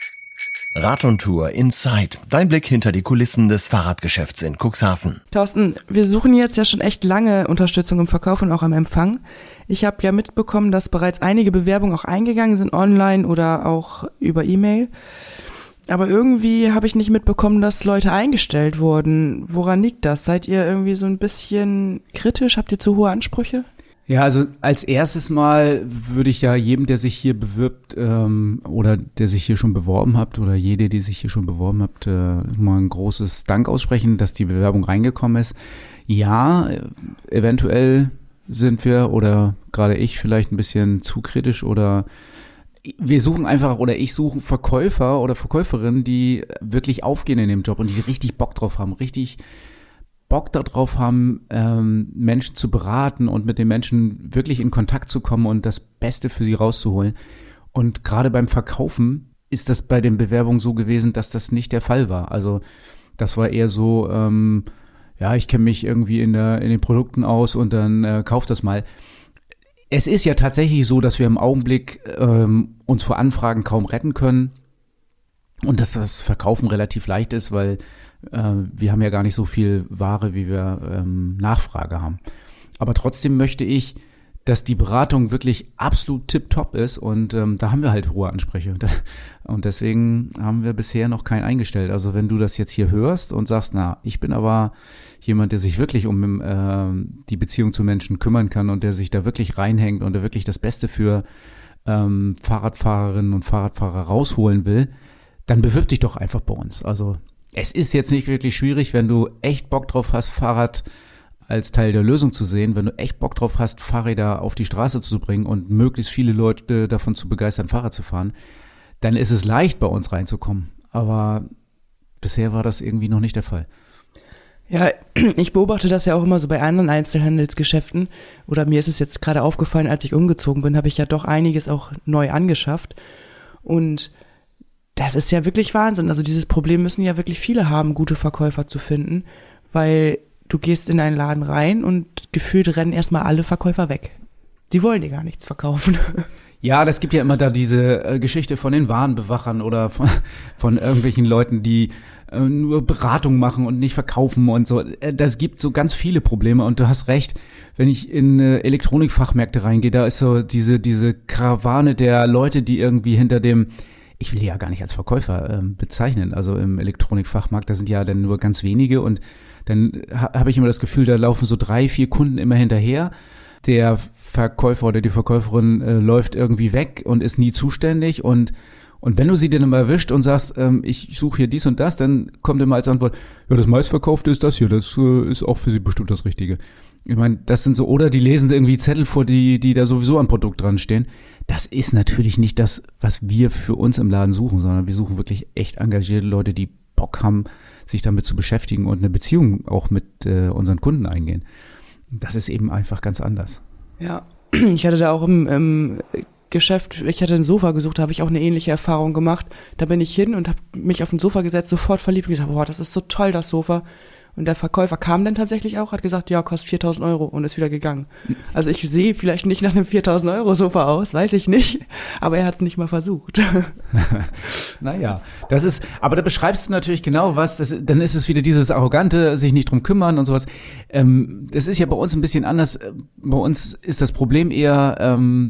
Speaker 1: Rad und Tour Inside. Dein Blick hinter die Kulissen des Fahrradgeschäfts in Cuxhaven.
Speaker 3: Thorsten, wir suchen jetzt ja schon echt lange Unterstützung im Verkauf und auch am Empfang. Ich habe ja mitbekommen, dass bereits einige Bewerbungen auch eingegangen sind, online oder auch über E-Mail. Aber irgendwie habe ich nicht mitbekommen, dass Leute eingestellt wurden. Woran liegt das? Seid ihr irgendwie so ein bisschen kritisch? Habt ihr zu hohe Ansprüche?
Speaker 2: Ja, also als erstes Mal würde ich ja jedem, der sich hier bewirbt ähm, oder der sich hier schon beworben hat oder jede, die sich hier schon beworben hat, äh, mal ein großes Dank aussprechen, dass die Bewerbung reingekommen ist. Ja, eventuell sind wir oder gerade ich vielleicht ein bisschen zu kritisch oder wir suchen einfach oder ich suche Verkäufer oder Verkäuferinnen, die wirklich aufgehen in dem Job und die richtig Bock drauf haben, richtig Bock darauf haben, ähm, Menschen zu beraten und mit den Menschen wirklich in Kontakt zu kommen und das Beste für sie rauszuholen. Und gerade beim Verkaufen ist das bei den Bewerbungen so gewesen, dass das nicht der Fall war. Also das war eher so, ähm, ja, ich kenne mich irgendwie in der in den Produkten aus und dann äh, kauf das mal. Es ist ja tatsächlich so, dass wir im Augenblick ähm, uns vor Anfragen kaum retten können und dass das Verkaufen relativ leicht ist, weil wir haben ja gar nicht so viel Ware, wie wir ähm, Nachfrage haben. Aber trotzdem möchte ich, dass die Beratung wirklich absolut tipptopp ist und ähm, da haben wir halt hohe Ansprüche. Und deswegen haben wir bisher noch keinen eingestellt. Also wenn du das jetzt hier hörst und sagst, na, ich bin aber jemand, der sich wirklich um äh, die Beziehung zu Menschen kümmern kann und der sich da wirklich reinhängt und der wirklich das Beste für ähm, Fahrradfahrerinnen und Fahrradfahrer rausholen will, dann bewirb dich doch einfach bei uns. Also es ist jetzt nicht wirklich schwierig, wenn du echt Bock drauf hast, Fahrrad als Teil der Lösung zu sehen, wenn du echt Bock drauf hast, Fahrräder auf die Straße zu bringen und möglichst viele Leute davon zu begeistern, Fahrrad zu fahren, dann ist es leicht, bei uns reinzukommen. Aber bisher war das irgendwie noch nicht der Fall.
Speaker 3: Ja, ich beobachte das ja auch immer so bei anderen Einzelhandelsgeschäften oder mir ist es jetzt gerade aufgefallen, als ich umgezogen bin, habe ich ja doch einiges auch neu angeschafft und das ist ja wirklich Wahnsinn. Also dieses Problem müssen ja wirklich viele haben, gute Verkäufer zu finden, weil du gehst in einen Laden rein und gefühlt rennen erstmal alle Verkäufer weg. Die wollen dir gar nichts verkaufen.
Speaker 2: Ja, das gibt ja immer da diese äh, Geschichte von den Warenbewachern oder von, von irgendwelchen Leuten, die äh, nur Beratung machen und nicht verkaufen und so. Äh, das gibt so ganz viele Probleme und du hast recht, wenn ich in äh, Elektronikfachmärkte reingehe, da ist so diese diese Karawane der Leute, die irgendwie hinter dem, ich will die ja gar nicht als Verkäufer äh, bezeichnen, also im Elektronikfachmarkt, da sind ja dann nur ganz wenige und dann ha- habe ich immer das Gefühl, da laufen so drei, vier Kunden immer hinterher. Der Verkäufer oder die Verkäuferin äh, läuft irgendwie weg und ist nie zuständig und und wenn du sie dann immer erwischt und sagst, ähm, ich suche hier dies und das, dann kommt immer als Antwort, ja, das meistverkaufte ist das hier, das äh, ist auch für sie bestimmt das Richtige. Ich meine, das sind so, oder die lesen irgendwie Zettel vor, die die da sowieso am Produkt dran stehen. Das ist natürlich nicht das, was wir für uns im Laden suchen, sondern wir suchen wirklich echt engagierte Leute, die Bock haben, sich damit zu beschäftigen und eine Beziehung auch mit äh, unseren Kunden eingehen. Das ist eben einfach ganz anders.
Speaker 3: Ja, ich hatte da auch im, im Geschäft, ich hatte ein Sofa gesucht, da habe ich auch eine ähnliche Erfahrung gemacht. Da bin ich hin und habe mich auf ein Sofa gesetzt, sofort verliebt und gesagt, boah, das ist so toll, das Sofa. Und der Verkäufer kam dann tatsächlich auch, hat gesagt, ja, kostet viertausend Euro und ist wieder gegangen. Also ich sehe vielleicht nicht nach einem viertausend Euro Sofa aus, weiß ich nicht, aber er hat es nicht mal versucht.
Speaker 2: Naja, das ist, aber da beschreibst du natürlich genau was, das, dann ist es wieder dieses Arrogante, sich nicht drum kümmern und sowas. Ähm, das ist ja bei uns ein bisschen anders. Bei uns ist das Problem eher, ähm,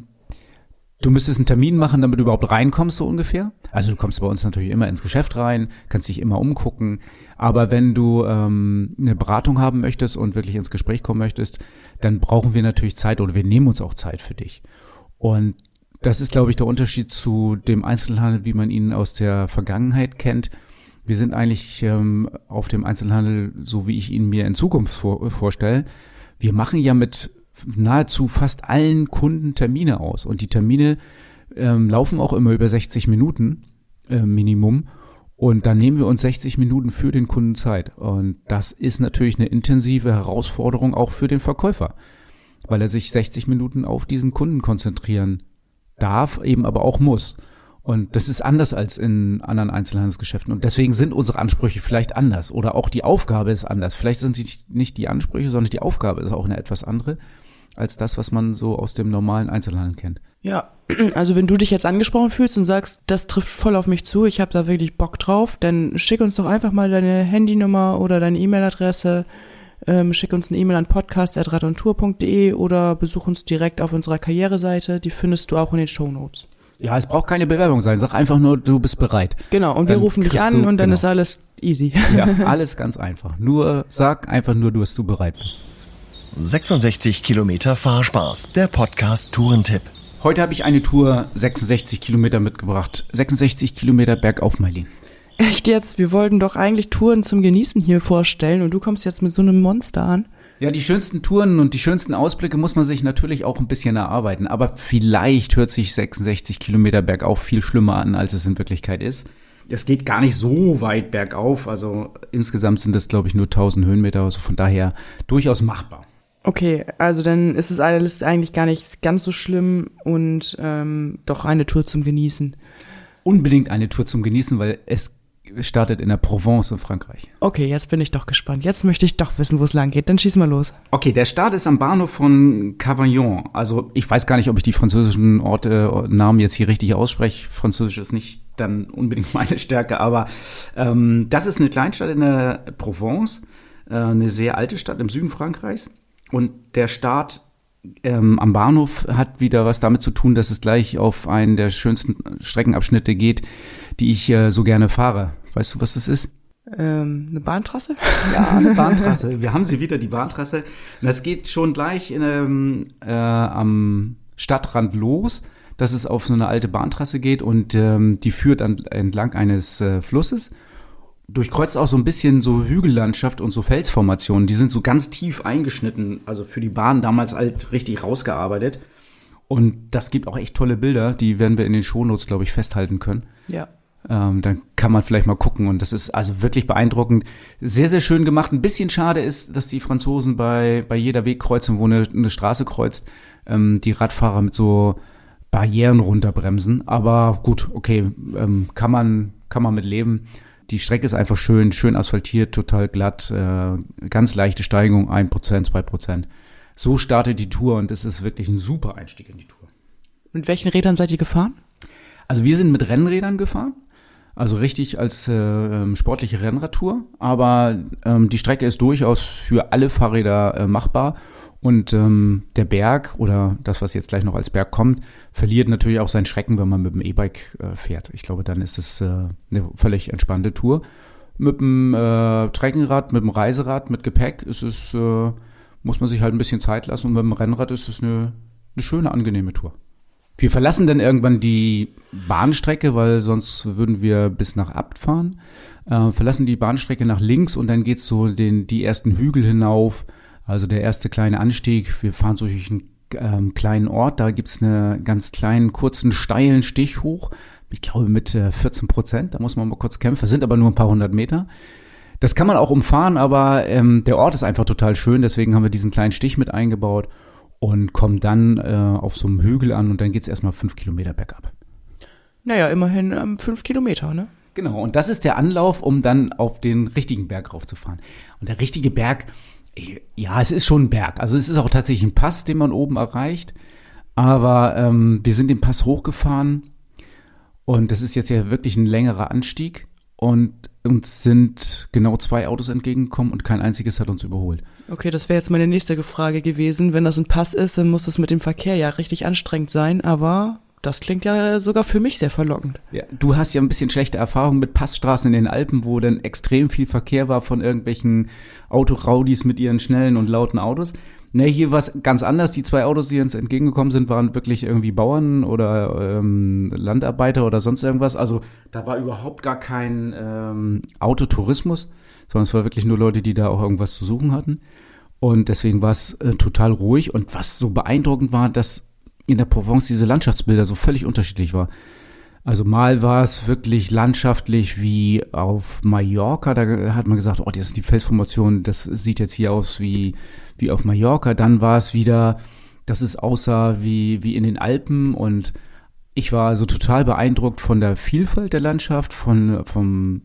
Speaker 2: du müsstest einen Termin machen, damit du überhaupt reinkommst, so ungefähr. Also du kommst bei uns natürlich immer ins Geschäft rein, kannst dich immer umgucken. Aber wenn du ähm, eine Beratung haben möchtest und wirklich ins Gespräch kommen möchtest, dann brauchen wir natürlich Zeit oder wir nehmen uns auch Zeit für dich. Und das ist, glaube ich, der Unterschied zu dem Einzelhandel, wie man ihn aus der Vergangenheit kennt. Wir sind eigentlich ähm, auf dem Einzelhandel, so wie ich ihn mir in Zukunft vor, vorstelle. Wir machen ja mit nahezu fast allen Kunden Termine aus. Und die Termine ähm, laufen auch immer über sechzig Minuten äh, Minimum. Und dann nehmen wir uns sechzig Minuten für den Kunden Zeit. Und das ist natürlich eine intensive Herausforderung auch für den Verkäufer, weil er sich sechzig Minuten auf diesen Kunden konzentrieren darf, eben aber auch muss. Und das ist anders als in anderen Einzelhandelsgeschäften. Und deswegen sind unsere Ansprüche vielleicht anders. Oder auch die Aufgabe ist anders. Vielleicht sind es nicht die Ansprüche, sondern die Aufgabe ist auch eine etwas andere als das, was man so aus dem normalen Einzelhandel kennt.
Speaker 3: Ja, also wenn du dich jetzt angesprochen fühlst und sagst, das trifft voll auf mich zu, ich habe da wirklich Bock drauf, dann schick uns doch einfach mal deine Handynummer oder deine E-Mail-Adresse, ähm, schick uns eine E-Mail an podcast at radontour punkt de oder besuch uns direkt auf unserer Karriereseite, die findest du auch in den Shownotes.
Speaker 2: Ja, es braucht keine Bewerbung sein, sag einfach nur, du bist bereit.
Speaker 3: Genau, und wir
Speaker 2: dann
Speaker 3: rufen dich an
Speaker 2: du,
Speaker 3: und dann
Speaker 2: genau.
Speaker 3: ist alles easy.
Speaker 2: Ja, alles ganz einfach. Nur, sag einfach nur, dass du bereit bist.
Speaker 1: sechsundsechzig Kilometer Fahrspaß, der Podcast Tourentipp.
Speaker 2: Heute habe ich eine Tour sechsundsechzig Kilometer mitgebracht. sechsundsechzig Kilometer bergauf, Marlene.
Speaker 3: Echt jetzt? Wir wollten doch eigentlich Touren zum Genießen hier vorstellen und du kommst jetzt mit so einem Monster an.
Speaker 2: Ja, die schönsten Touren und die schönsten Ausblicke muss man sich natürlich auch ein bisschen erarbeiten. Aber vielleicht hört sich sechsundsechzig Kilometer bergauf viel schlimmer an, als es in Wirklichkeit ist. Es geht gar nicht so weit bergauf. Also insgesamt sind das, glaube ich, nur tausend Höhenmeter. Also von daher durchaus machbar.
Speaker 3: Okay, also dann ist es alles eigentlich gar nicht ganz so schlimm und ähm, doch eine Tour zum Genießen.
Speaker 2: Unbedingt eine Tour zum Genießen, weil es startet in der Provence in Frankreich.
Speaker 3: Okay, jetzt bin ich doch gespannt. Jetzt möchte ich doch wissen, wo es lang geht. Dann schieß mal los.
Speaker 2: Okay, der Start ist am Bahnhof von Cavaillon. Also ich weiß gar nicht, ob ich die französischen Orte, Namen jetzt hier richtig ausspreche. Französisch ist nicht dann unbedingt meine Stärke, aber ähm, das ist eine Kleinstadt in der Provence, äh, eine sehr alte Stadt im Süden Frankreichs. Und der Start ähm, am Bahnhof hat wieder was damit zu tun, dass es gleich auf einen der schönsten Streckenabschnitte geht, die ich äh, so gerne fahre. Weißt du, was das ist?
Speaker 3: Ähm, eine Bahntrasse?
Speaker 2: Ja, eine Bahntrasse. Wir haben sie wieder, die Bahntrasse. Und das geht schon gleich in, ähm, äh, am Stadtrand los, dass es auf so eine alte Bahntrasse geht und ähm, die führt an, entlang eines äh, Flusses. Durchkreuzt auch so ein bisschen so Hügellandschaft und so Felsformationen. Die sind so ganz tief eingeschnitten, also für die Bahn damals halt richtig rausgearbeitet. Und das gibt auch echt tolle Bilder, die werden wir in den Shownotes, glaube ich, festhalten können.
Speaker 3: Ja.
Speaker 2: Ähm, dann kann man vielleicht mal gucken und das ist also wirklich beeindruckend. Sehr, sehr schön gemacht. Ein bisschen schade ist, dass die Franzosen bei bei jeder Wegkreuzung, wo eine, eine Straße kreuzt, ähm, die Radfahrer mit so Barrieren runterbremsen. Aber gut, okay, ähm, kann man kann man mit leben. Die Strecke ist einfach schön, schön asphaltiert, total glatt, äh, ganz leichte Steigung, ein Prozent, zwei Prozent. So startet die Tour und es ist wirklich ein super Einstieg in die Tour.
Speaker 3: Mit welchen Rädern seid ihr gefahren?
Speaker 2: Also wir sind mit Rennrädern gefahren, also richtig als äh, sportliche Rennradtour, aber ähm, die Strecke ist durchaus für alle Fahrräder äh, machbar. Und ähm, der Berg oder das, was jetzt gleich noch als Berg kommt, verliert natürlich auch seinen Schrecken, wenn man mit dem E-Bike äh, fährt. Ich glaube, dann ist es äh, eine völlig entspannte Tour. Mit dem äh, Treckenrad, mit dem Reiserad, mit Gepäck ist es, äh, muss man sich halt ein bisschen Zeit lassen. Und mit dem Rennrad ist es eine, eine schöne, angenehme Tour. Wir verlassen dann irgendwann die Bahnstrecke, weil sonst würden wir bis nach Abt fahren. Äh, verlassen die Bahnstrecke nach links und dann geht's so den die ersten Hügel hinauf. Also der erste kleine Anstieg, wir fahren so durch einen ähm, kleinen Ort, da gibt's einen ganz kleinen, kurzen, steilen Stich hoch, ich glaube mit äh, vierzehn Prozent, da muss man mal kurz kämpfen, das sind aber nur ein paar hundert Meter. Das kann man auch umfahren, aber ähm, der Ort ist einfach total schön, deswegen haben wir diesen kleinen Stich mit eingebaut und komme dann äh, auf so einem Hügel an und dann geht's erstmal fünf Kilometer bergab.
Speaker 3: Naja, immerhin ähm, fünf Kilometer, ne?
Speaker 2: Genau, und das ist der Anlauf, um dann auf den richtigen Berg raufzufahren. Und der richtige Berg, ich, ja, es ist schon ein Berg. Also es ist auch tatsächlich ein Pass, den man oben erreicht. Aber ähm, wir sind den Pass hochgefahren und das ist jetzt ja wirklich ein längerer Anstieg. Und uns sind genau zwei Autos entgegengekommen und kein einziges hat uns überholt.
Speaker 3: Okay, das wäre jetzt meine nächste Frage gewesen. Wenn das ein Pass ist, dann muss es mit dem Verkehr ja richtig anstrengend sein, aber das klingt ja sogar für mich sehr verlockend.
Speaker 2: Ja, du hast ja ein bisschen schlechte Erfahrungen mit Passstraßen in den Alpen, wo dann extrem viel Verkehr war von irgendwelchen Autoraudis mit ihren schnellen und lauten Autos. Ne, hier war es ganz anders. Die zwei Autos, die uns entgegengekommen sind, waren wirklich irgendwie Bauern oder ähm, Landarbeiter oder sonst irgendwas. Also da war überhaupt gar kein ähm, Autotourismus, sondern es war wirklich nur Leute, die da auch irgendwas zu suchen hatten. Und deswegen war es äh, total ruhig. Und was so beeindruckend war, dass in der Provence diese Landschaftsbilder so völlig unterschiedlich war. Also mal war es wirklich landschaftlich wie auf Mallorca, da hat man gesagt, oh, das ist die Felsformation, das sieht jetzt hier aus wie wie auf Mallorca. Dann war es wieder, dass es aussah wie wie in den Alpen und ich war so total beeindruckt von der Vielfalt der Landschaft, von vom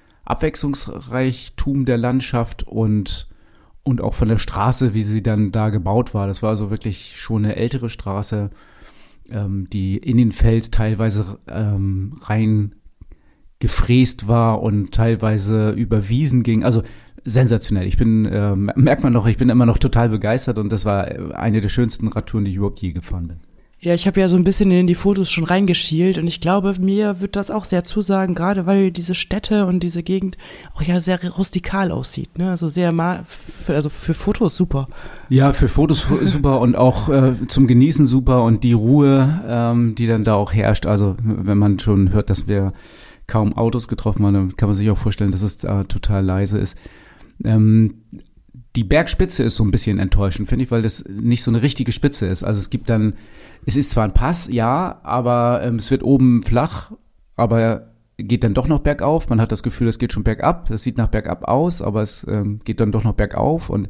Speaker 2: Abwechslungsreichtum der Landschaft und und auch von der Straße, wie sie dann da gebaut war. Das war also wirklich schon eine ältere Straße, ähm, die in den Fels teilweise ähm, rein gefräst war und teilweise über Wiesen ging. Also sensationell. Ich bin, äh, merkt man noch, ich bin immer noch total begeistert und das war eine der schönsten Radtouren, die ich überhaupt je gefahren bin.
Speaker 3: Ja, ich habe ja so ein bisschen in die Fotos schon reingeschielt und ich glaube, mir wird das auch sehr zusagen, gerade weil diese Städte und diese Gegend auch ja sehr rustikal aussieht, ne? Also sehr mal, für, also für Fotos super.
Speaker 2: Ja, für Fotos super und auch äh, zum Genießen super und die Ruhe, ähm, die dann da auch herrscht. Also wenn man schon hört, dass wir kaum Autos getroffen haben, dann kann man sich auch vorstellen, dass es äh, total leise ist. Ähm, Die Bergspitze ist so ein bisschen enttäuschend, finde ich, weil das nicht so eine richtige Spitze ist. Also es gibt dann, es ist zwar ein Pass, ja, aber ähm, es wird oben flach, aber geht dann doch noch bergauf. Man hat das Gefühl, es geht schon bergab. Das sieht nach bergab aus, aber es ähm, geht dann doch noch bergauf. Und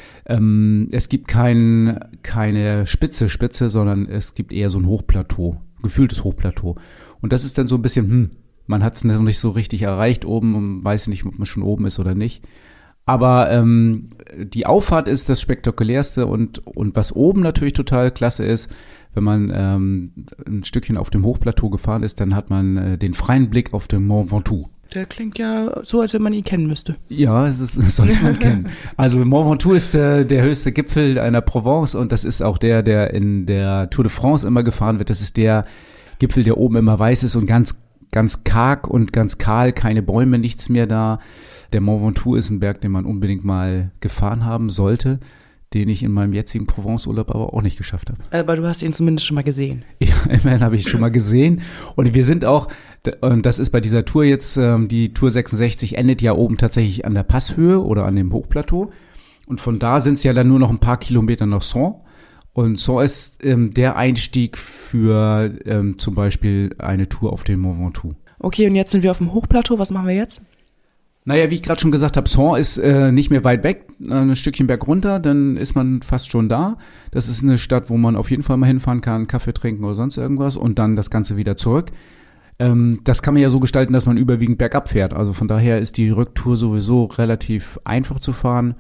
Speaker 2: ähm, es gibt kein, keine Spitze, Spitze, sondern es gibt eher so ein Hochplateau, gefühltes Hochplateau. Und das ist dann so ein bisschen, hm, man hat es noch nicht so richtig erreicht oben und weiß nicht, ob man schon oben ist oder nicht. Aber ähm, die Auffahrt ist das Spektakulärste und und was oben natürlich total klasse ist, wenn man ähm, ein Stückchen auf dem Hochplateau gefahren ist, dann hat man äh, den freien Blick auf den Mont Ventoux.
Speaker 3: Der klingt ja so, als wenn man ihn kennen müsste.
Speaker 2: Ja, das, ist, das sollte man kennen. Also Mont Ventoux ist äh, der höchste Gipfel einer Provence und das ist auch der, der in der Tour de France immer gefahren wird. Das ist der Gipfel, der oben immer weiß ist und ganz ganz karg und ganz kahl, keine Bäume, nichts mehr da. Der Mont Ventoux ist ein Berg, den man unbedingt mal gefahren haben sollte, den ich in meinem jetzigen Provence-Urlaub aber auch nicht geschafft habe.
Speaker 3: Aber du hast ihn zumindest schon mal gesehen.
Speaker 2: Ja, immerhin habe ich ihn schon mal gesehen. Und wir sind auch, und das ist bei dieser Tour jetzt, die Tour sechsundsechzig endet ja oben tatsächlich an der Passhöhe oder an dem Hochplateau. Und von da sind es ja dann nur noch ein paar Kilometer nach Sens. Und so ist ähm, der Einstieg für ähm, zum Beispiel eine Tour auf den Mont Ventoux.
Speaker 3: Okay, und jetzt sind wir auf dem Hochplateau. Was machen wir jetzt?
Speaker 2: Naja, wie ich gerade schon gesagt habe, Sens ist äh, nicht mehr weit weg, ein Stückchen berg runter, dann ist man fast schon da. Das ist eine Stadt, wo man auf jeden Fall mal hinfahren kann, Kaffee trinken oder sonst irgendwas und dann das Ganze wieder zurück. Ähm, das kann man ja so gestalten, dass man überwiegend bergab fährt. Also von daher ist die Rücktour sowieso relativ einfach zu fahren.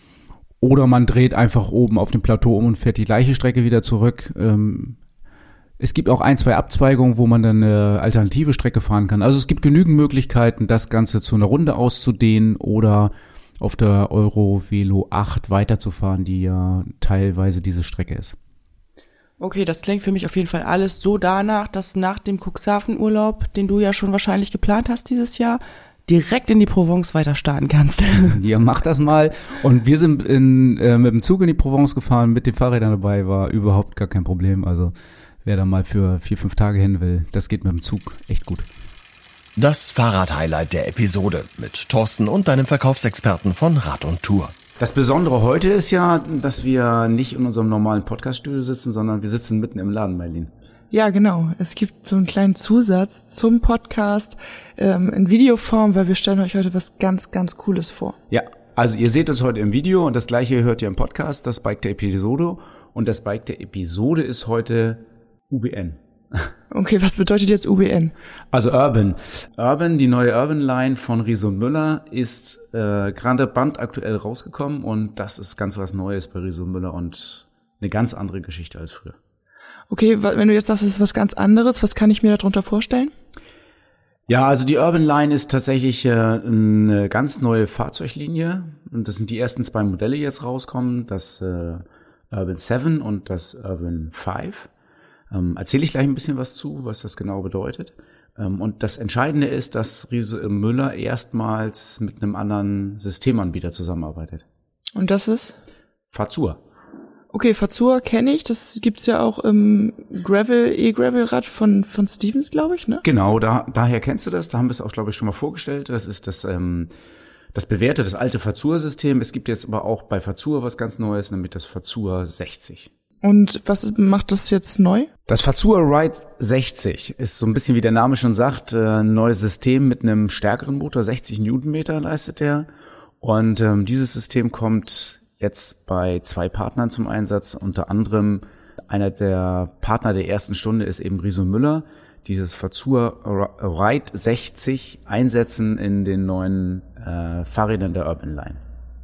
Speaker 2: Oder man dreht einfach oben auf dem Plateau um und fährt die gleiche Strecke wieder zurück. Ähm, es gibt auch ein, zwei Abzweigungen, wo man dann eine alternative Strecke fahren kann. Also es gibt genügend Möglichkeiten, das Ganze zu einer Runde auszudehnen oder auf der Eurovelo acht weiterzufahren, die ja teilweise diese Strecke ist.
Speaker 3: Okay, das klingt für mich auf jeden Fall alles so danach, dass nach dem Cuxhaven-Urlaub, den du ja schon wahrscheinlich geplant hast dieses Jahr, direkt in die Provence weiter starten kannst.
Speaker 2: Ja, mach das mal. Und wir sind in, äh, mit dem Zug in die Provence gefahren, mit den Fahrrädern dabei, war überhaupt gar kein Problem. Also wer da mal für vier, fünf Tage hin will, das geht mit dem Zug echt gut.
Speaker 1: Das Fahrrad-Highlight der Episode mit Thorsten und deinem Verkaufsexperten von Rad und Tour.
Speaker 2: Das Besondere heute ist ja, dass wir nicht in unserem normalen Podcast-Studio sitzen, sondern wir sitzen mitten im Laden, Marlene.
Speaker 5: Ja, genau. Es gibt so einen kleinen Zusatz zum Podcast ähm, in Videoform, weil wir stellen euch heute was ganz, ganz Cooles vor.
Speaker 2: Ja, also ihr seht uns heute im Video und das gleiche hört ihr im Podcast, das Bike der Episode. Und das Bike der Episode ist heute U B N.
Speaker 5: Okay, was bedeutet jetzt U B N?
Speaker 2: Also Urban. Urban, die neue Urban Line von Riese und Müller ist äh, gerade brandaktuell rausgekommen und das ist ganz was Neues bei Riese und Müller und eine ganz andere Geschichte als früher.
Speaker 5: Okay, wenn du jetzt sagst, es ist was ganz anderes, was kann ich mir darunter vorstellen?
Speaker 2: Ja, also die Urban Line ist tatsächlich äh, eine ganz neue Fahrzeuglinie und das sind die ersten zwei Modelle, die jetzt rauskommen, das äh, Urban sieben und das Urban fünf. Ähm, erzähle ich gleich ein bisschen was zu, was das genau bedeutet. Ähm, und das Entscheidende ist, dass Riese und Müller erstmals mit einem anderen Systemanbieter zusammenarbeitet.
Speaker 5: Und das ist?
Speaker 2: Fazua.
Speaker 5: Okay, Fazua kenne ich, das gibt's ja auch im Gravel, E-Gravel-Rad von von Stevens, glaube ich, ne?
Speaker 2: Genau, da, daher kennst du das, da haben wir es auch, glaube ich, schon mal vorgestellt. Das ist das ähm, das bewährte, das alte Fazua-System. Es gibt jetzt aber auch bei Fazua was ganz Neues, nämlich das Fazua sechzig.
Speaker 5: Und was ist, macht das jetzt neu?
Speaker 2: Das Fazua Ride sechzig ist so ein bisschen, wie der Name schon sagt, ein neues System mit einem stärkeren Motor, sechzig Newtonmeter leistet er. Und ähm, dieses System kommt jetzt bei zwei Partnern zum Einsatz, unter anderem einer der Partner der ersten Stunde ist eben Riese und Müller, die das Fazua Ride sechzig einsetzen in den neuen äh, Fahrrädern der Urban Line.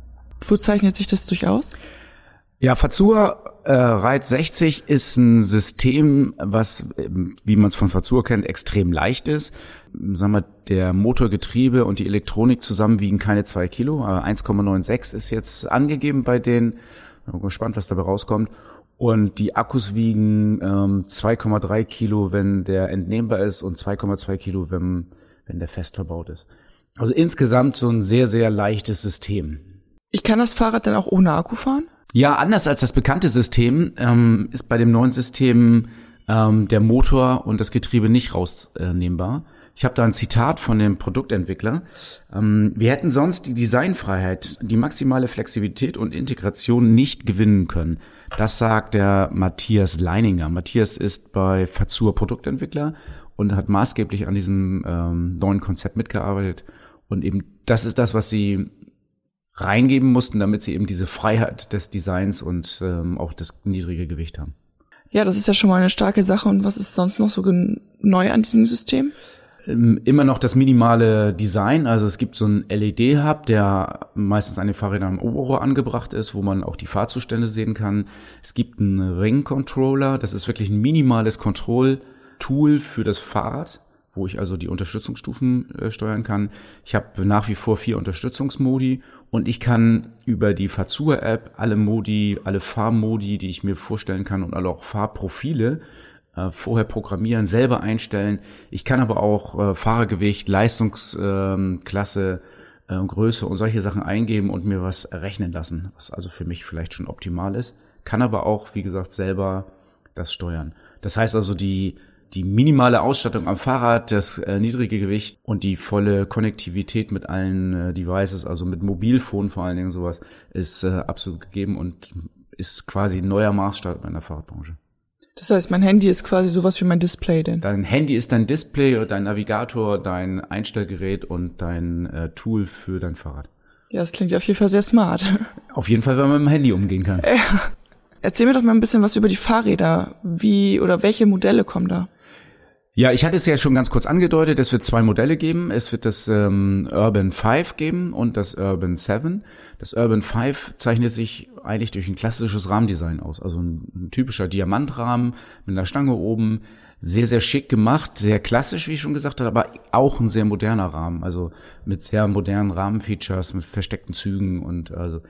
Speaker 5: Wo zeichnet sich das durch aus?
Speaker 2: Ja, Fazua äh, Ride sechzig ist ein System, was, wie man es von Fazua kennt, extrem leicht ist. Sagen wir, der Motor, Getriebe und die Elektronik zusammen wiegen keine zwei Kilo, aber eins Komma sechsundneunzig ist jetzt angegeben bei denen. Bin gespannt, was dabei rauskommt. Und die Akkus wiegen ähm, zwei Komma drei Kilo, wenn der entnehmbar ist, und zwei Komma zwei Kilo, wenn, wenn der fest verbaut ist. Also insgesamt so ein sehr, sehr leichtes System.
Speaker 5: Ich kann das Fahrrad dann auch ohne Akku fahren?
Speaker 2: Ja, anders als das bekannte System ähm, ist bei dem neuen System ähm, der Motor und das Getriebe nicht rausnehmbar. Ich habe da ein Zitat von dem Produktentwickler. Ähm, wir hätten sonst die Designfreiheit, die maximale Flexibilität und Integration nicht gewinnen können. Das sagt der Matthias Leininger. Matthias ist bei Fazua Produktentwickler und hat maßgeblich an diesem ähm, neuen Konzept mitgearbeitet. Und eben das ist das, was sie reingeben mussten, damit sie eben diese Freiheit des Designs und ähm, auch das niedrige Gewicht haben.
Speaker 5: Ja, das ist ja schon mal eine starke Sache. Und was ist sonst noch so neu an diesem System?
Speaker 2: Ähm, immer noch das minimale Design. Also es gibt so einen L E D-Hub, der meistens an den Fahrrädern am Oberrohr angebracht ist, wo man auch die Fahrzustände sehen kann. Es gibt einen Ring-Controller. Das ist wirklich ein minimales Control-Tool für das Fahrrad, wo ich also die Unterstützungsstufen äh, steuern kann. Ich habe nach wie vor vier Unterstützungsmodi und ich kann über die Fazua-App alle Modi, alle Fahrmodi, die ich mir vorstellen kann und alle auch Fahrprofile äh, vorher programmieren, selber einstellen. Ich kann aber auch äh, Fahrergewicht, Leistungsklasse, äh, äh, Größe und solche Sachen eingeben und mir was errechnen lassen, was also für mich vielleicht schon optimal ist. Kann aber auch, wie gesagt, selber das steuern. Das heißt also, die Die minimale Ausstattung am Fahrrad, das äh, niedrige Gewicht und die volle Konnektivität mit allen äh, Devices, also mit Mobilfon vor allen Dingen sowas, ist äh, absolut gegeben und ist quasi ein neuer Maßstab in der Fahrradbranche.
Speaker 5: Das heißt, mein Handy ist quasi sowas wie mein Display denn?
Speaker 2: Dein Handy ist dein Display, dein Navigator, dein Einstellgerät und dein äh, Tool für dein Fahrrad.
Speaker 5: Ja, das klingt auf jeden Fall sehr smart.
Speaker 2: Auf jeden Fall, wenn man mit dem Handy umgehen kann.
Speaker 5: Ja. Erzähl mir doch mal ein bisschen was über die Fahrräder. Wie oder welche Modelle kommen da?
Speaker 2: Ja, ich hatte es ja schon ganz kurz angedeutet, es wird zwei Modelle geben. Es wird das ähm, Urban fünf geben und das Urban sieben. Das Urban fünf zeichnet sich eigentlich durch ein klassisches Rahmendesign aus. Also ein, ein typischer Diamantrahmen mit einer Stange oben. Sehr, sehr schick gemacht, sehr klassisch, wie ich schon gesagt habe, aber auch ein sehr moderner Rahmen. Also mit sehr modernen Rahmenfeatures, mit versteckten Zügen und also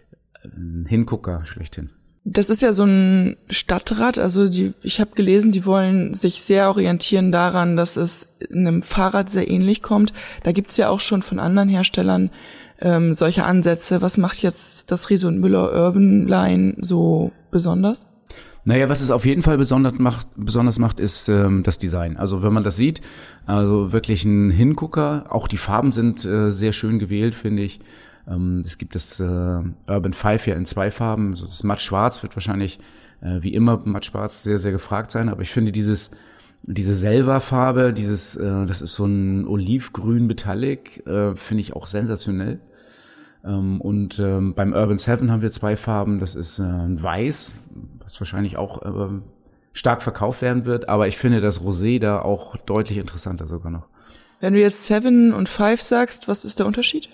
Speaker 2: ein Hingucker schlechthin.
Speaker 5: Das ist ja so ein Stadtrad, also die, ich habe gelesen, die wollen sich sehr orientieren daran, dass es einem Fahrrad sehr ähnlich kommt. Da gibt's ja auch schon von anderen Herstellern ähm, solche Ansätze. Was macht jetzt das Riese und Müller Urban Line so besonders?
Speaker 2: Naja, was es auf jeden Fall besonders macht, besonders macht, ist ähm, das Design. Also wenn man das sieht, also wirklich ein Hingucker. Auch die Farben sind äh, sehr schön gewählt, finde ich. Es gibt das äh, Urban fünf ja in zwei Farben. Also das Matt-Schwarz wird wahrscheinlich äh, wie immer Matt-Schwarz sehr, sehr gefragt sein. Aber ich finde dieses diese Selva-Farbe, dieses äh, das ist so ein Olivgrün Metallic, äh, finde ich auch sensationell. Ähm, und ähm, beim Urban sieben haben wir zwei Farben. Das ist äh, ein Weiß, was wahrscheinlich auch ähm, stark verkauft werden wird, aber ich finde das Rosé da auch deutlich interessanter sogar noch.
Speaker 5: Wenn du jetzt Seven und Five sagst, was ist der Unterschied?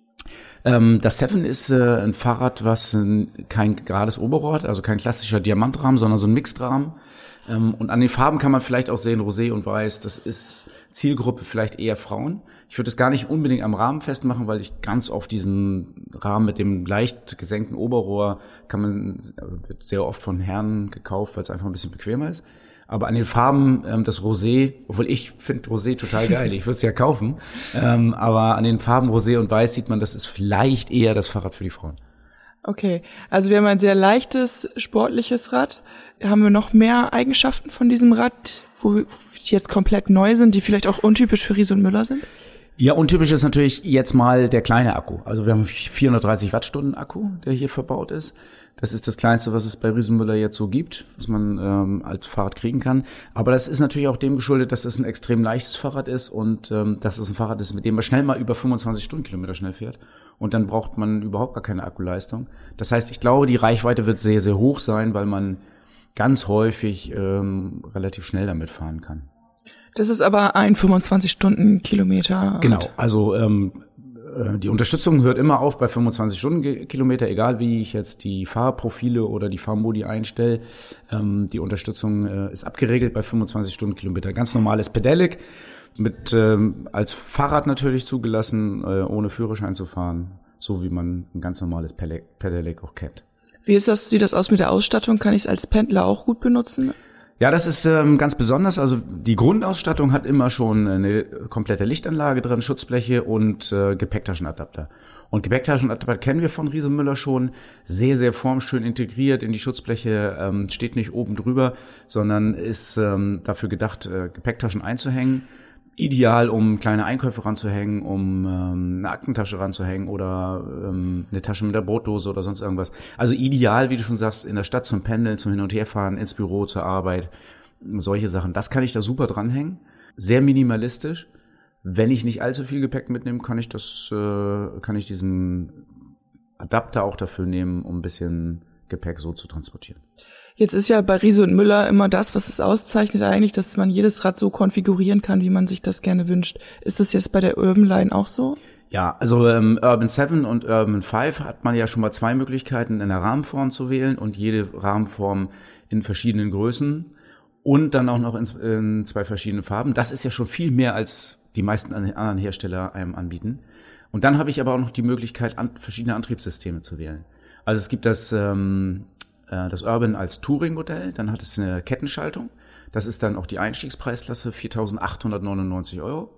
Speaker 2: Ähm, das Seven ist äh, ein Fahrrad, was äh, kein gerades Oberrohr hat, also kein klassischer Diamantrahmen, sondern so ein Mixedrahmen. Ähm, und an den Farben kann man vielleicht auch sehen, Rosé und Weiß, das ist Zielgruppe vielleicht eher Frauen. Ich würde es gar nicht unbedingt am Rahmen festmachen, weil ich ganz oft diesen Rahmen mit dem leicht gesenkten Oberrohr kann man, wird sehr oft von Herren gekauft, weil es einfach ein bisschen bequemer ist. Aber an den Farben, ähm, das Rosé, obwohl ich finde Rosé total geil, ich würde es ja kaufen, ähm, aber an den Farben Rosé und Weiß sieht man, das ist vielleicht eher das Fahrrad für die Frauen.
Speaker 5: Okay, also wir haben ein sehr leichtes, sportliches Rad. Haben wir noch mehr Eigenschaften von diesem Rad, wo die jetzt komplett neu sind, die vielleicht auch untypisch für Riese und Müller sind?
Speaker 2: Ja, untypisch ist natürlich jetzt mal der kleine Akku. Also wir haben vierhundertdreißig Wattstunden Akku, der hier verbaut ist. Das ist das Kleinste, was es bei Riese und Müller jetzt so gibt, was man ähm, als Fahrrad kriegen kann. Aber das ist natürlich auch dem geschuldet, dass es ein extrem leichtes Fahrrad ist und ähm, dass es ein Fahrrad ist, mit dem man schnell mal über fünfundzwanzig Stundenkilometer schnell fährt. Und dann braucht man überhaupt gar keine Akkuleistung. Das heißt, ich glaube, die Reichweite wird sehr, sehr hoch sein, weil man ganz häufig ähm, relativ schnell damit fahren kann.
Speaker 5: Das ist aber ein fünfundzwanzig Stundenkilometer.
Speaker 2: Genau, also ähm, die Unterstützung hört immer auf bei fünfundzwanzig Stundenkilometer, egal wie ich jetzt die Fahrprofile oder die Fahrmodi einstelle. Ähm, die Unterstützung äh, ist abgeregelt bei fünfundzwanzig Stundenkilometer. Ganz normales Pedelec, mit ähm, als Fahrrad natürlich zugelassen, äh, ohne Führerschein zu fahren, so wie man ein ganz normales Pedelec auch kennt.
Speaker 5: Wie ist das, sieht das aus mit der Ausstattung? Kann ich es als Pendler auch gut benutzen?
Speaker 2: Ja, das ist ähm, ganz besonders. Also die Grundausstattung hat immer schon eine komplette Lichtanlage drin, Schutzbleche und äh, Gepäcktaschenadapter. Und Gepäcktaschenadapter kennen wir von Riese und Müller schon. Sehr, sehr formschön integriert in die Schutzbleche, ähm, steht nicht oben drüber, sondern ist ähm, dafür gedacht, äh, Gepäcktaschen einzuhängen. Ideal, um kleine Einkäufe ranzuhängen, um ähm, eine Aktentasche ranzuhängen oder ähm, eine Tasche mit der Brotdose oder sonst irgendwas. Also ideal, wie du schon sagst, in der Stadt zum Pendeln, zum Hin- und Herfahren, ins Büro, zur Arbeit, solche Sachen. Das kann ich da super dranhängen. Sehr minimalistisch. Wenn ich nicht allzu viel Gepäck mitnehme, kann ich das, äh, kann ich diesen Adapter auch dafür nehmen, um ein bisschen Gepäck so zu transportieren.
Speaker 5: Jetzt ist ja bei Riese und Müller immer das, was es auszeichnet eigentlich, dass man jedes Rad so konfigurieren kann, wie man sich das gerne wünscht. Ist das jetzt bei der Urban Line auch so?
Speaker 2: Ja, also ähm, Urban Seven und Urban Five hat man ja schon mal zwei Möglichkeiten, in der Rahmenform zu wählen und jede Rahmenform in verschiedenen Größen und dann auch noch in, in zwei verschiedenen Farben. Das ist ja schon viel mehr, als die meisten anderen Hersteller einem anbieten. Und dann habe ich aber auch noch die Möglichkeit, an, verschiedene Antriebssysteme zu wählen. Also es gibt das ähm, das Urban als Touring-Modell, dann hat es eine Kettenschaltung. Das ist dann auch die Einstiegspreisklasse, viertausendachthundertneunundneunzig Euro.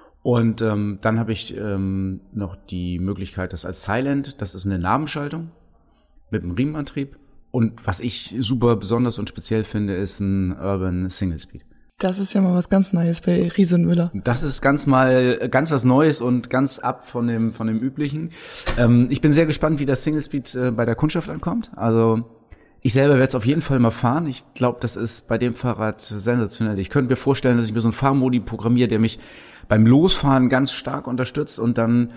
Speaker 2: Und ähm, dann habe ich ähm, noch die Möglichkeit, das als Silent, das ist eine Nabenschaltung mit einem Riemenantrieb. Und was ich super besonders und speziell finde, ist ein Urban Single Speed.
Speaker 5: Das ist ja mal was ganz Neues bei Riese und Müller.
Speaker 2: Das ist ganz mal ganz was Neues und ganz ab von dem von dem Üblichen. Ähm, ich bin sehr gespannt, wie das Single Speed äh, bei der Kundschaft ankommt. Also ich selber werde es auf jeden Fall mal fahren. Ich glaube, das ist bei dem Fahrrad sensationell. Ich könnte mir vorstellen, dass ich mir so einen Fahrmodi programmiere, der mich beim Losfahren ganz stark unterstützt und dann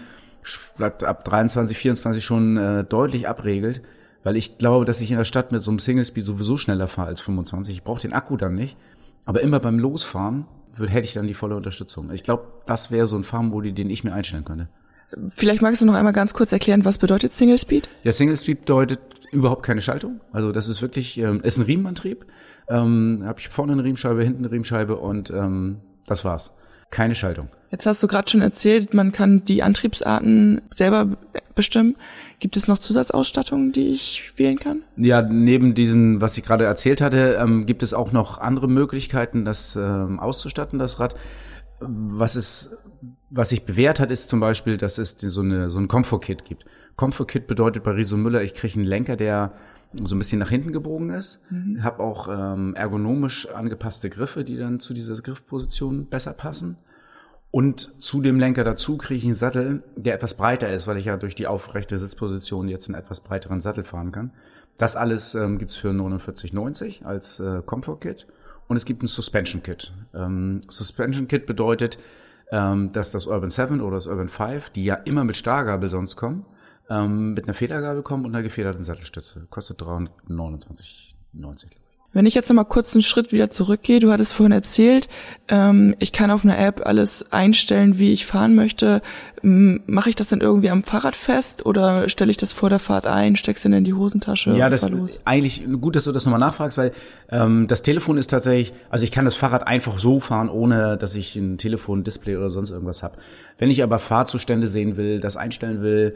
Speaker 2: ab dreiundzwanzig, vierundzwanzig schon äh, deutlich abregelt. Weil ich glaube, dass ich in der Stadt mit so einem Single Speed sowieso schneller fahre als fünfundzwanzig. Ich brauche den Akku dann nicht. Aber immer beim Losfahren hätte ich dann die volle Unterstützung. Ich glaube, das wäre so ein Fahrmodi, den ich mir einstellen könnte.
Speaker 5: Vielleicht magst du noch einmal ganz kurz erklären, was bedeutet Single Speed?
Speaker 2: Ja, Single Speed bedeutet überhaupt keine Schaltung. Also das ist wirklich, ähm, ist ein Riemenantrieb. Ähm, habe ich vorne eine Riemenscheibe, hinten eine Riemenscheibe und ähm, das war's. Keine Schaltung.
Speaker 5: Jetzt hast du gerade schon erzählt, man kann die Antriebsarten selber bestimmen. Gibt es noch Zusatzausstattung, die ich wählen kann?
Speaker 2: Ja, neben diesem, was ich gerade erzählt hatte, ähm, gibt es auch noch andere Möglichkeiten, das ähm, auszustatten, das Rad. Was es, was sich bewährt hat, ist zum Beispiel, dass es so eine so ein Comfort-Kit gibt. Comfort-Kit bedeutet bei Riese und Müller, ich kriege einen Lenker, der so ein bisschen nach hinten gebogen ist. Mhm. Habe auch ähm, ergonomisch angepasste Griffe, die dann zu dieser Griffposition besser passen. Und zu dem Lenker dazu kriege ich einen Sattel, der etwas breiter ist, weil ich ja durch die aufrechte Sitzposition jetzt einen etwas breiteren Sattel fahren kann. Das alles ähm, gibt's für neunundvierzig neunzig als äh, Comfort-Kit. Und es gibt ein Suspension-Kit. Ähm, Suspension-Kit bedeutet, ähm, dass das Urban Seven oder das Urban Five, die ja immer mit Starrgabel sonst kommen, ähm, mit einer Federgabel kommen und einer gefederten Sattelstütze. Kostet dreihundertneunundzwanzig neunzig, glaube ich.
Speaker 5: Wenn ich jetzt noch mal kurz einen Schritt wieder zurückgehe, du hattest vorhin erzählt, ähm, ich kann auf einer App alles einstellen, wie ich fahren möchte. Ähm, mache ich das dann irgendwie am Fahrrad fest oder stelle ich das vor der Fahrt ein, steck's dann in die Hosentasche?
Speaker 2: Ja, das ist eigentlich gut, dass du das nochmal nachfragst, weil ähm, das Telefon ist tatsächlich, also ich kann das Fahrrad einfach so fahren, ohne dass ich ein Telefon, Display oder sonst irgendwas habe. Wenn ich aber Fahrzustände sehen will, das einstellen will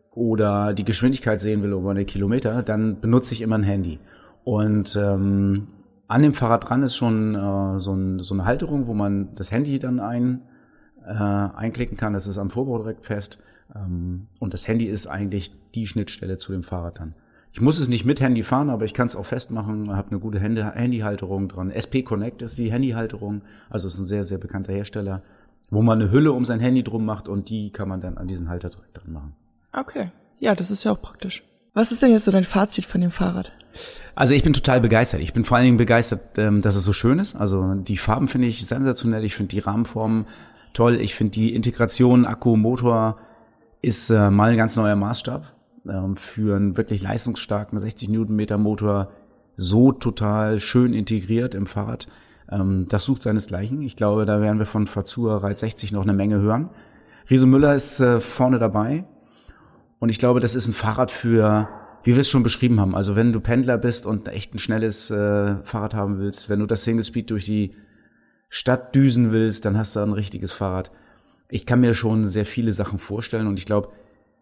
Speaker 2: oder die Geschwindigkeit sehen will über eine Kilometer, dann benutze ich immer ein Handy. Und ähm, an dem Fahrrad dran ist schon äh, so, ein, so eine Halterung, wo man das Handy dann ein, äh, einklicken kann. Das ist am Vorbau direkt fest. Ähm, und das Handy ist eigentlich die Schnittstelle zu dem Fahrrad dann. Ich muss es nicht mit Handy fahren, aber ich kann es auch festmachen. Habe eine gute Handy- Handyhalterung dran. S P Connect ist die Handyhalterung. Also ist ein sehr, sehr bekannter Hersteller, wo man eine Hülle um sein Handy drum macht und die kann man dann an diesen Halter direkt dran machen.
Speaker 5: Okay, ja, das ist ja auch praktisch. Was ist denn jetzt so dein Fazit von dem Fahrrad?
Speaker 2: Also ich bin total begeistert. Ich bin vor allen Dingen begeistert, dass es so schön ist. Also die Farben finde ich sensationell. Ich finde die Rahmenformen toll. Ich finde die Integration Akku, Motor ist äh, mal ein ganz neuer Maßstab. Ähm, für einen wirklich leistungsstarken sechzig Newtonmeter Motor so total schön integriert im Fahrrad. Ähm, das sucht seinesgleichen. Ich glaube, da werden wir von Fazua Ride sechzig noch eine Menge hören. Riso Müller ist äh, vorne dabei. Und ich glaube, das ist ein Fahrrad für, wie wir es schon beschrieben haben, also wenn du Pendler bist und echt ein schnelles äh, Fahrrad haben willst, wenn du das Single Speed durch die Stadt düsen willst, dann hast du ein richtiges Fahrrad. Ich kann mir schon sehr viele Sachen vorstellen und ich glaube,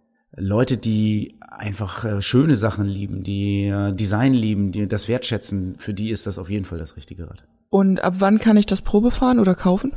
Speaker 2: Leute, die einfach äh, schöne Sachen lieben, die äh, Design lieben, die das wertschätzen, für die ist das auf jeden Fall das richtige Rad.
Speaker 5: Und ab wann kann ich das Probe fahren oder kaufen?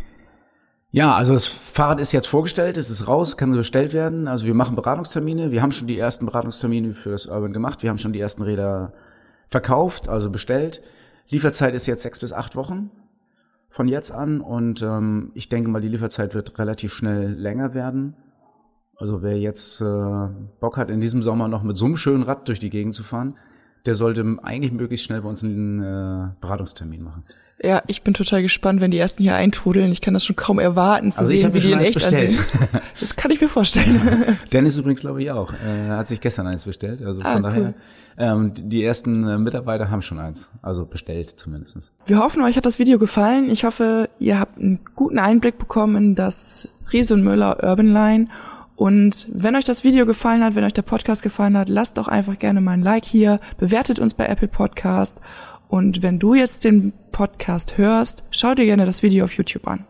Speaker 2: Ja, also das Fahrrad ist jetzt vorgestellt, es ist raus, kann bestellt werden. Also wir machen Beratungstermine. Wir haben schon die ersten Beratungstermine für das Urban gemacht. Wir haben schon die ersten Räder verkauft, also bestellt. Lieferzeit ist jetzt sechs bis acht Wochen von jetzt an. Und ähm, ich denke mal, die Lieferzeit wird relativ schnell länger werden. Also wer jetzt äh, Bock hat, in diesem Sommer noch mit so einem schönen Rad durch die Gegend zu fahren, der sollte eigentlich möglichst schnell bei uns einen äh, Beratungstermin machen.
Speaker 5: Ja, ich bin total gespannt, wenn die ersten hier eintrudeln. Ich kann das schon kaum erwarten zu
Speaker 2: also
Speaker 5: sehen, wie die in echt
Speaker 2: bestellt.
Speaker 5: ansehen. Das kann ich mir vorstellen.
Speaker 2: Dennis übrigens, glaube ich, auch. Er hat sich gestern eins bestellt. Also von
Speaker 5: ah,
Speaker 2: daher,
Speaker 5: cool.
Speaker 2: ähm, die ersten äh, Mitarbeiter haben schon eins. Also bestellt zumindest.
Speaker 5: Wir hoffen, euch hat das Video gefallen. Ich hoffe, ihr habt einen guten Einblick bekommen in das Riso Müller Urban Line. Und wenn euch das Video gefallen hat, wenn euch der Podcast gefallen hat, lasst doch einfach gerne mal ein Like hier, bewertet uns bei Apple Podcast. Und wenn du jetzt den Podcast hörst, schau dir gerne das Video auf YouTube an.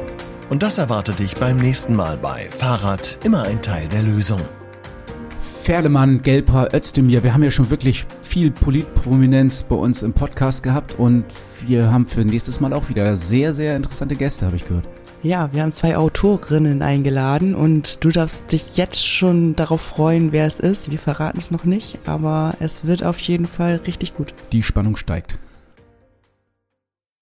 Speaker 1: Und das erwartet dich beim nächsten Mal bei Fahrrad, immer ein Teil der Lösung.
Speaker 2: Ferlemann, Gelper, Özdemir, wir haben ja schon wirklich viel Politprominenz bei uns im Podcast gehabt und wir haben für nächstes Mal auch wieder sehr, sehr interessante Gäste, habe ich gehört.
Speaker 3: Ja, wir haben zwei Autorinnen eingeladen und du darfst dich jetzt schon darauf freuen, wer es ist. Wir verraten es noch nicht, aber es wird auf jeden Fall richtig gut.
Speaker 2: Die Spannung steigt.